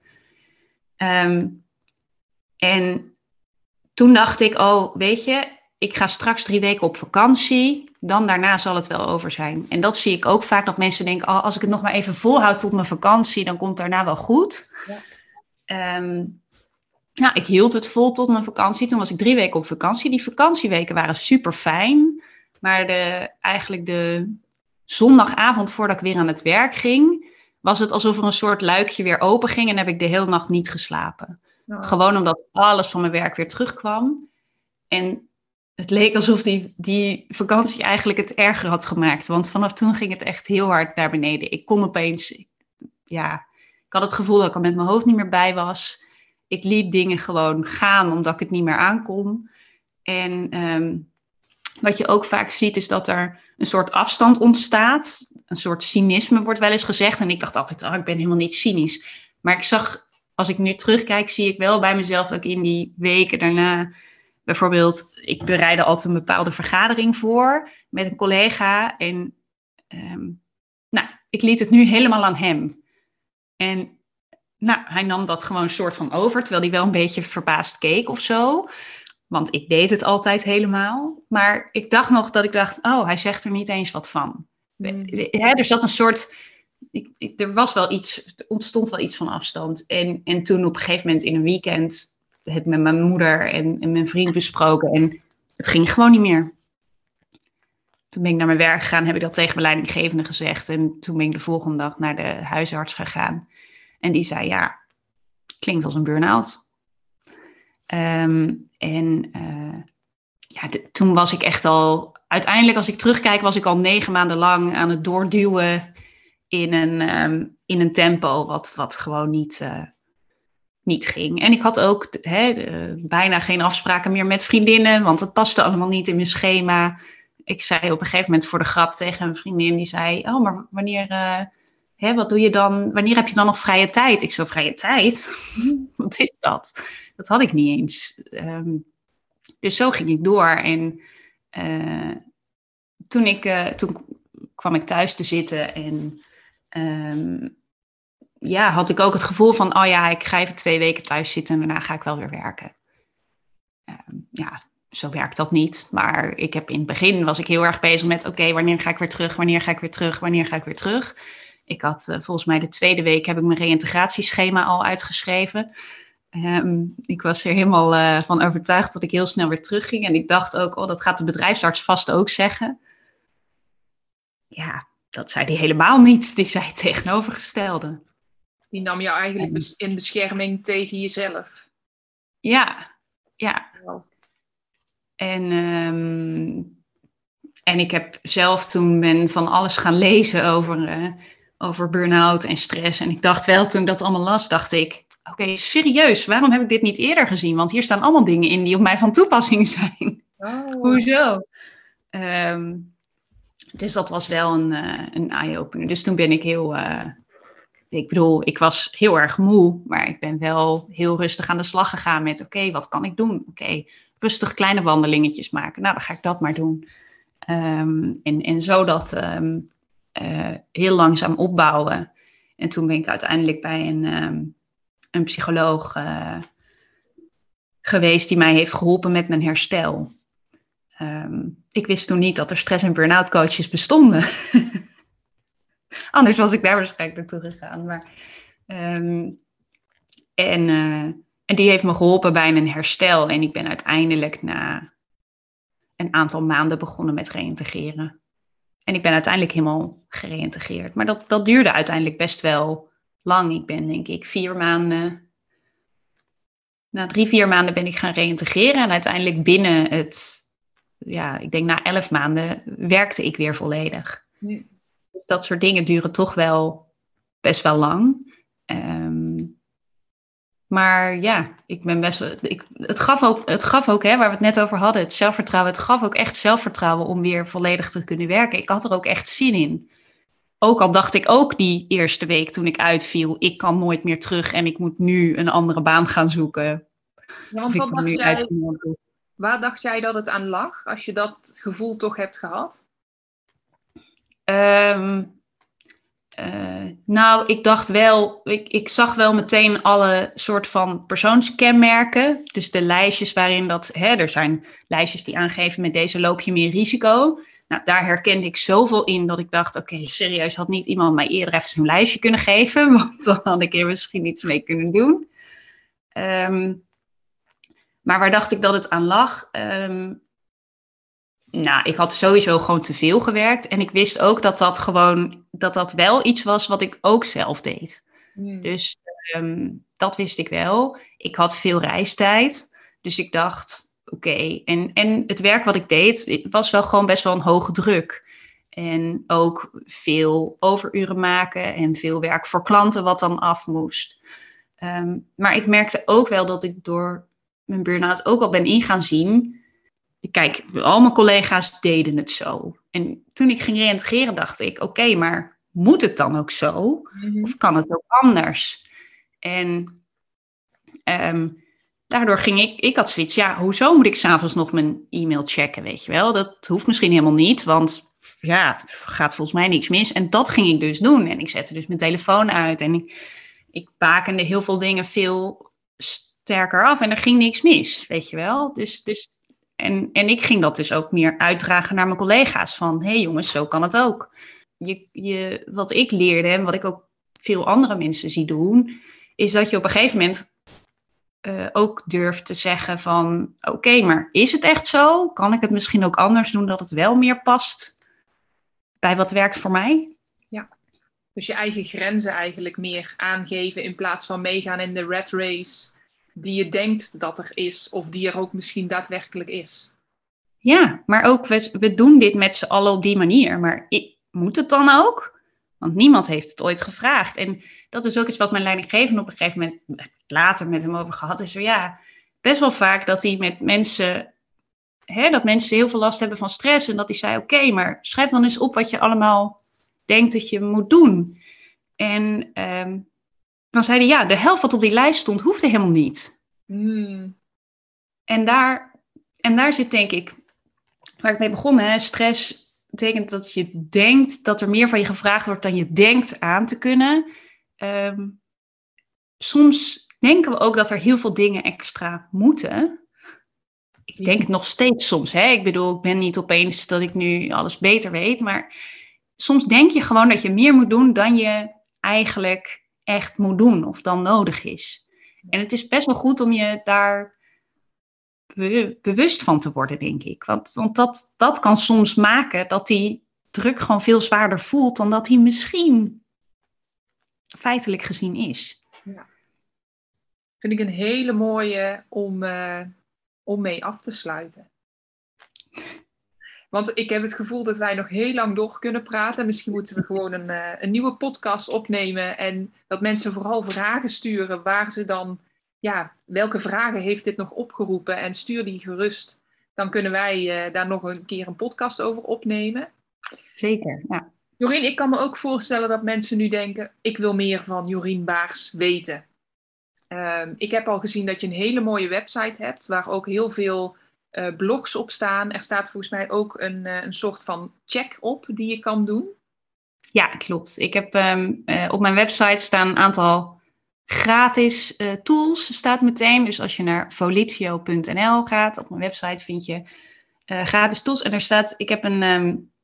Um, en toen dacht ik, oh, weet je, ik ga straks drie weken op vakantie. Dan daarna zal het wel over zijn. En dat zie ik ook vaak, dat mensen denken, oh, als ik het nog maar even volhoud tot mijn vakantie, dan komt het daarna wel goed. Ja. Um, nou, ik hield het vol tot mijn vakantie. Toen was ik drie weken op vakantie. Die vakantieweken waren super fijn. Maar de, eigenlijk de zondagavond voordat ik weer aan het werk ging, was het alsof er een soort luikje weer open ging en heb ik de hele nacht niet geslapen. Oh. Gewoon omdat alles van mijn werk weer terugkwam. En het leek alsof die, die vakantie eigenlijk het erger had gemaakt. Want vanaf toen ging het echt heel hard naar beneden. Ik kon opeens, ja, ik had het gevoel dat ik er met mijn hoofd niet meer bij was. Ik liet dingen gewoon gaan omdat ik het niet meer aankon. En um, wat je ook vaak ziet is dat er een soort afstand ontstaat. Een soort cynisme wordt wel eens gezegd. En ik dacht altijd, oh, ik ben helemaal niet cynisch. Maar ik zag, als ik nu terugkijk, zie ik wel bij mezelf dat ik in die weken daarna, bijvoorbeeld, ik bereidde altijd een bepaalde vergadering voor met een collega. En um, nou, ik liet het nu helemaal aan hem. En nou, hij nam dat gewoon een soort van over, terwijl hij wel een beetje verbaasd keek of zo. Want ik deed het altijd helemaal. Maar ik dacht nog dat ik dacht, oh, hij zegt er niet eens wat van. Mm. He, er zat een soort, ik, ik, er was wel iets, er ontstond wel iets van afstand. En, en toen op een gegeven moment in een weekend het met mijn moeder en, en mijn vriend besproken. En het ging gewoon niet meer. Toen ben ik naar mijn werk gegaan, heb ik dat tegen mijn leidinggevende gezegd. En toen ben ik de volgende dag naar de huisarts gegaan. En die zei, ja, klinkt als een burn-out. Um, en uh, ja, de, toen was ik echt al, uiteindelijk als ik terugkijk, was ik al negen maanden lang aan het doorduwen in een, um, in een tempo wat, wat gewoon niet, uh, niet ging. En ik had ook he, de, bijna geen afspraken meer met vriendinnen, want het paste allemaal niet in mijn schema. Ik zei op een gegeven moment voor de grap tegen een vriendin, die zei, oh, maar wanneer, uh, hè, wat doe je dan, wanneer heb je dan nog vrije tijd? Ik zo, vrije tijd? Wat is dat? Dat had ik niet eens. Um, dus zo ging ik door. En uh, toen, ik, uh, toen kwam ik thuis te zitten en um, ja, had ik ook het gevoel van, oh ja, ik ga even twee weken thuis zitten en daarna ga ik wel weer werken. Um, ja, zo werkt dat niet. Maar ik heb in het begin was ik heel erg bezig met, oké, okay, wanneer ga ik weer terug? Wanneer ga ik weer terug? Wanneer ga ik weer terug? Ik had uh, volgens mij de tweede week heb ik mijn reïntegratieschema al uitgeschreven. Um, ik was er helemaal uh, van overtuigd dat ik heel snel weer terugging. En ik dacht ook, oh, dat gaat de bedrijfsarts vast ook zeggen. Ja, dat zei hij helemaal niet. Die zei het tegenovergestelde.
Die nam jou eigenlijk en, in bescherming tegen jezelf.
Ja, ja. Wow. En, um, en ik heb zelf toen ben van alles gaan lezen over, uh, over burn-out en stress. En ik dacht wel, toen ik dat allemaal las, dacht ik, oké, okay, serieus, waarom heb ik dit niet eerder gezien? Want hier staan allemaal dingen in die op mij van toepassing zijn. Oh. Hoezo? Um, dus dat was wel een, uh, een eye-opener. Dus toen ben ik heel, uh, ik bedoel, ik was heel erg moe, maar ik ben wel heel rustig aan de slag gegaan met, oké, okay, wat kan ik doen? Oké, okay, rustig kleine wandelingetjes maken. Nou, dan ga ik dat maar doen. Um, en, en zo dat um, uh, heel langzaam opbouwen. En toen ben ik uiteindelijk bij een... Um, een psycholoog uh, geweest die mij heeft geholpen met mijn herstel. Um, ik wist toen niet dat er stress- en burn-out coaches bestonden. Anders was ik daar waarschijnlijk naartoe gegaan. Maar, um, en, uh, en die heeft me geholpen bij mijn herstel. En ik ben uiteindelijk na een aantal maanden begonnen met reïntegreren. En ik ben uiteindelijk helemaal gereïntegreerd. Maar dat, dat duurde uiteindelijk best wel lang. Ik ben denk ik vier maanden... Na drie, vier maanden ben ik gaan reïntegreren. En uiteindelijk binnen het... Ja, ik denk na elf maanden werkte ik weer volledig. Ja. Dus dat soort dingen duren toch wel best wel lang. Um, maar ja, ik ben best wel... Ik, het gaf ook, het gaf ook hè, waar we het net over hadden, het zelfvertrouwen. Het gaf ook echt zelfvertrouwen om weer volledig te kunnen werken. Ik had er ook echt zin in. Ook al dacht ik ook die eerste week toen ik uitviel, ik kan nooit meer terug en ik moet nu een andere baan gaan zoeken.
Ja, want wat dacht nu jij, waar dacht jij dat het aan lag, als je dat gevoel toch hebt gehad?
Um, uh, nou, ik dacht wel, ik, ik zag wel meteen alle soort van persoonskenmerken. Dus de lijstjes waarin dat, hè, er zijn lijstjes die aangeven met deze loop je meer risico. Nou, daar herkende ik zoveel in dat ik dacht, oké, okay, serieus, had niet iemand mij eerder even zo'n lijstje kunnen geven? Want dan had ik er misschien iets mee kunnen doen. Um, maar waar dacht ik dat het aan lag? Um, nou, ik had sowieso gewoon te veel gewerkt. En ik wist ook dat dat gewoon, dat dat wel iets was wat ik ook zelf deed. Hmm. Dus um, dat wist ik wel. Ik had veel reistijd. Dus ik dacht... Oké, okay. en, en het werk wat ik deed was wel gewoon best wel een hoge druk. En ook veel overuren maken en veel werk voor klanten wat dan af moest. Um, maar ik merkte ook wel dat ik door mijn burn-out ook al ben in gaan zien. Kijk, al mijn collega's deden het zo. En toen ik ging reïntegreren dacht ik, oké, okay, maar moet het dan ook zo? Mm-hmm. Of kan het ook anders? En... Um, Daardoor ging ik, ik had zoiets, ja, hoezo moet ik 's avonds nog mijn e-mail checken, weet je wel? Dat hoeft misschien helemaal niet, want ja, er gaat volgens mij niks mis. En dat ging ik dus doen. En ik zette dus mijn telefoon uit en ik, ik bakende heel veel dingen veel sterker af en er ging niks mis, weet je wel? Dus, dus, en, en ik ging dat dus ook meer uitdragen naar mijn collega's van, hé hey jongens, zo kan het ook. Je, je, wat ik leerde en wat ik ook veel andere mensen zie doen, is dat je op een gegeven moment... Uh, ook durf te zeggen van... oké, okay, maar is het echt zo? Kan ik het misschien ook anders doen dat het wel meer past bij wat werkt voor mij?
Ja, dus je eigen grenzen eigenlijk meer aangeven... in plaats van meegaan in de rat race... die je denkt dat er is... of die er ook misschien daadwerkelijk is.
Ja, maar ook we, we doen dit met z'n allen op die manier. Maar ik, moet het dan ook? Want niemand heeft het ooit gevraagd. En dat is ook iets wat mijn leidinggevende op een gegeven moment... later met hem over gehad. Is er ja, best wel vaak dat hij met mensen... Hè, dat mensen heel veel last hebben van stress. En dat hij zei, oké, okay, maar schrijf dan eens op... wat je allemaal denkt dat je moet doen. En um, dan zei hij, ja, de helft wat op die lijst stond... hoefde helemaal niet.
Mm.
En, daar, en daar zit denk ik... waar ik mee begon, hè, stress... betekent dat je denkt dat er meer van je gevraagd wordt dan je denkt aan te kunnen. Um, soms denken we ook dat er heel veel dingen extra moeten. Ik denk het nog steeds soms. Hè? Ik bedoel, ik ben niet opeens dat ik nu alles beter weet. Maar soms denk je gewoon dat je meer moet doen dan je eigenlijk echt moet doen. Of dan nodig is. En het is best wel goed om je daar be- bewust van te worden, denk ik. Want, want dat, dat kan soms maken dat die druk gewoon veel zwaarder voelt dan dat hij misschien feitelijk gezien is.
Ja. Vind ik een hele mooie om, uh, om mee af te sluiten. Want ik heb het gevoel dat wij nog heel lang door kunnen praten. Misschien moeten we gewoon een, uh, een nieuwe podcast opnemen. En dat mensen vooral vragen sturen waar ze dan... Ja, welke vragen heeft dit nog opgeroepen? En stuur die gerust. Dan kunnen wij uh, daar nog een keer een podcast over opnemen.
Zeker, ja.
Jorien, ik kan me ook voorstellen dat mensen nu denken... ik wil meer van Jorien Baars weten. Um, ik heb al gezien dat je een hele mooie website hebt... waar ook heel veel uh, blogs op staan. Er staat volgens mij ook een, uh, een soort van check op die je kan doen.
Ja, klopt. Ik heb um, uh, op mijn website staan een aantal... gratis uh, tools staat meteen. Dus als je naar volitio punt n l gaat, op mijn website vind je uh, gratis tools. En er staat, ik heb een, um,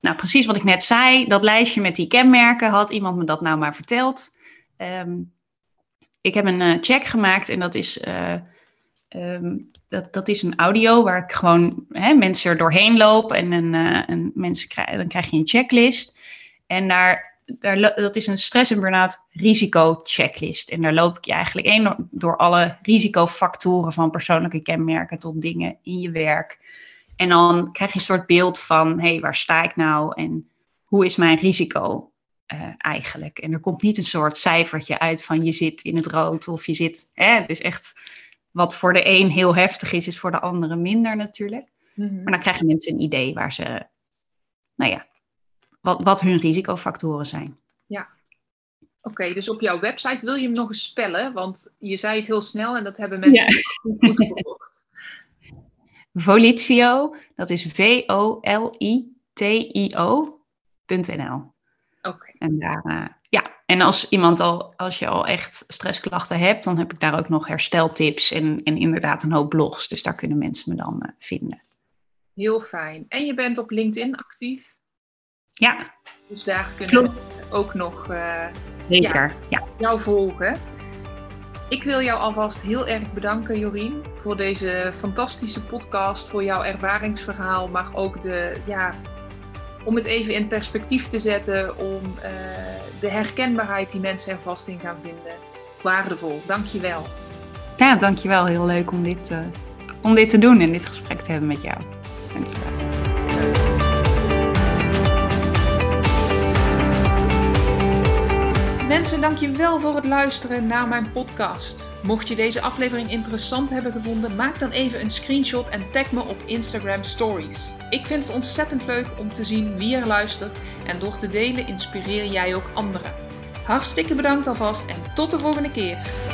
nou, precies wat ik net zei, dat lijstje met die kenmerken, had iemand me dat nou maar verteld. Um, ik heb een uh, check gemaakt en dat is, uh, um, dat, dat is een audio waar ik gewoon hè, mensen er doorheen loop. En een, uh, een mensen krijg, dan krijg je een checklist. En daar, daar, dat is een stress- en burn-out risico-checklist. En daar loop ik je eigenlijk één door alle risicofactoren van persoonlijke kenmerken tot dingen in je werk. En dan krijg je een soort beeld van, hé, hey, waar sta ik nou en hoe is mijn risico uh, eigenlijk? En er komt niet een soort cijfertje uit van je zit in het rood of je zit... Hè, het is echt wat voor de een heel heftig is, is voor de andere minder natuurlijk. Mm-hmm. Maar dan krijgen mensen een idee waar ze, nou ja, wat, wat hun risicofactoren zijn.
Ja. Oké, okay, dus op jouw website wil je hem nog eens spellen? Want je zei het heel snel en dat hebben mensen ja. goed, goed gehoord.
Volition, dat is V O L I T I O punt N L.
Oké. Okay.
En daar, uh, ja, en als iemand al, als je al echt stressklachten hebt, dan heb ik daar ook nog hersteltips en, en inderdaad een hoop blogs. Dus daar kunnen mensen me dan uh, vinden.
Heel fijn. En je bent op LinkedIn actief?
Ja.
Dus daar kunnen we ook nog uh,
Zeker,
ja,
ja.
jou volgen. Ik wil jou alvast heel erg bedanken, Jorien, voor deze fantastische podcast, voor jouw ervaringsverhaal, maar ook de, ja, om het even in perspectief te zetten, om uh, de herkenbaarheid die mensen er vast in gaan vinden. Waardevol, dank je wel.
Ja, dank je wel. Heel leuk om dit, uh, om dit te doen en dit gesprek te hebben met jou. Dank je wel.
Mensen, dank je wel voor het luisteren naar mijn podcast. Mocht je deze aflevering interessant hebben gevonden, maak dan even een screenshot en tag me op Instagram Stories. Ik vind het ontzettend leuk om te zien wie er luistert en door te delen inspireer jij ook anderen. Hartstikke bedankt alvast en tot de volgende keer.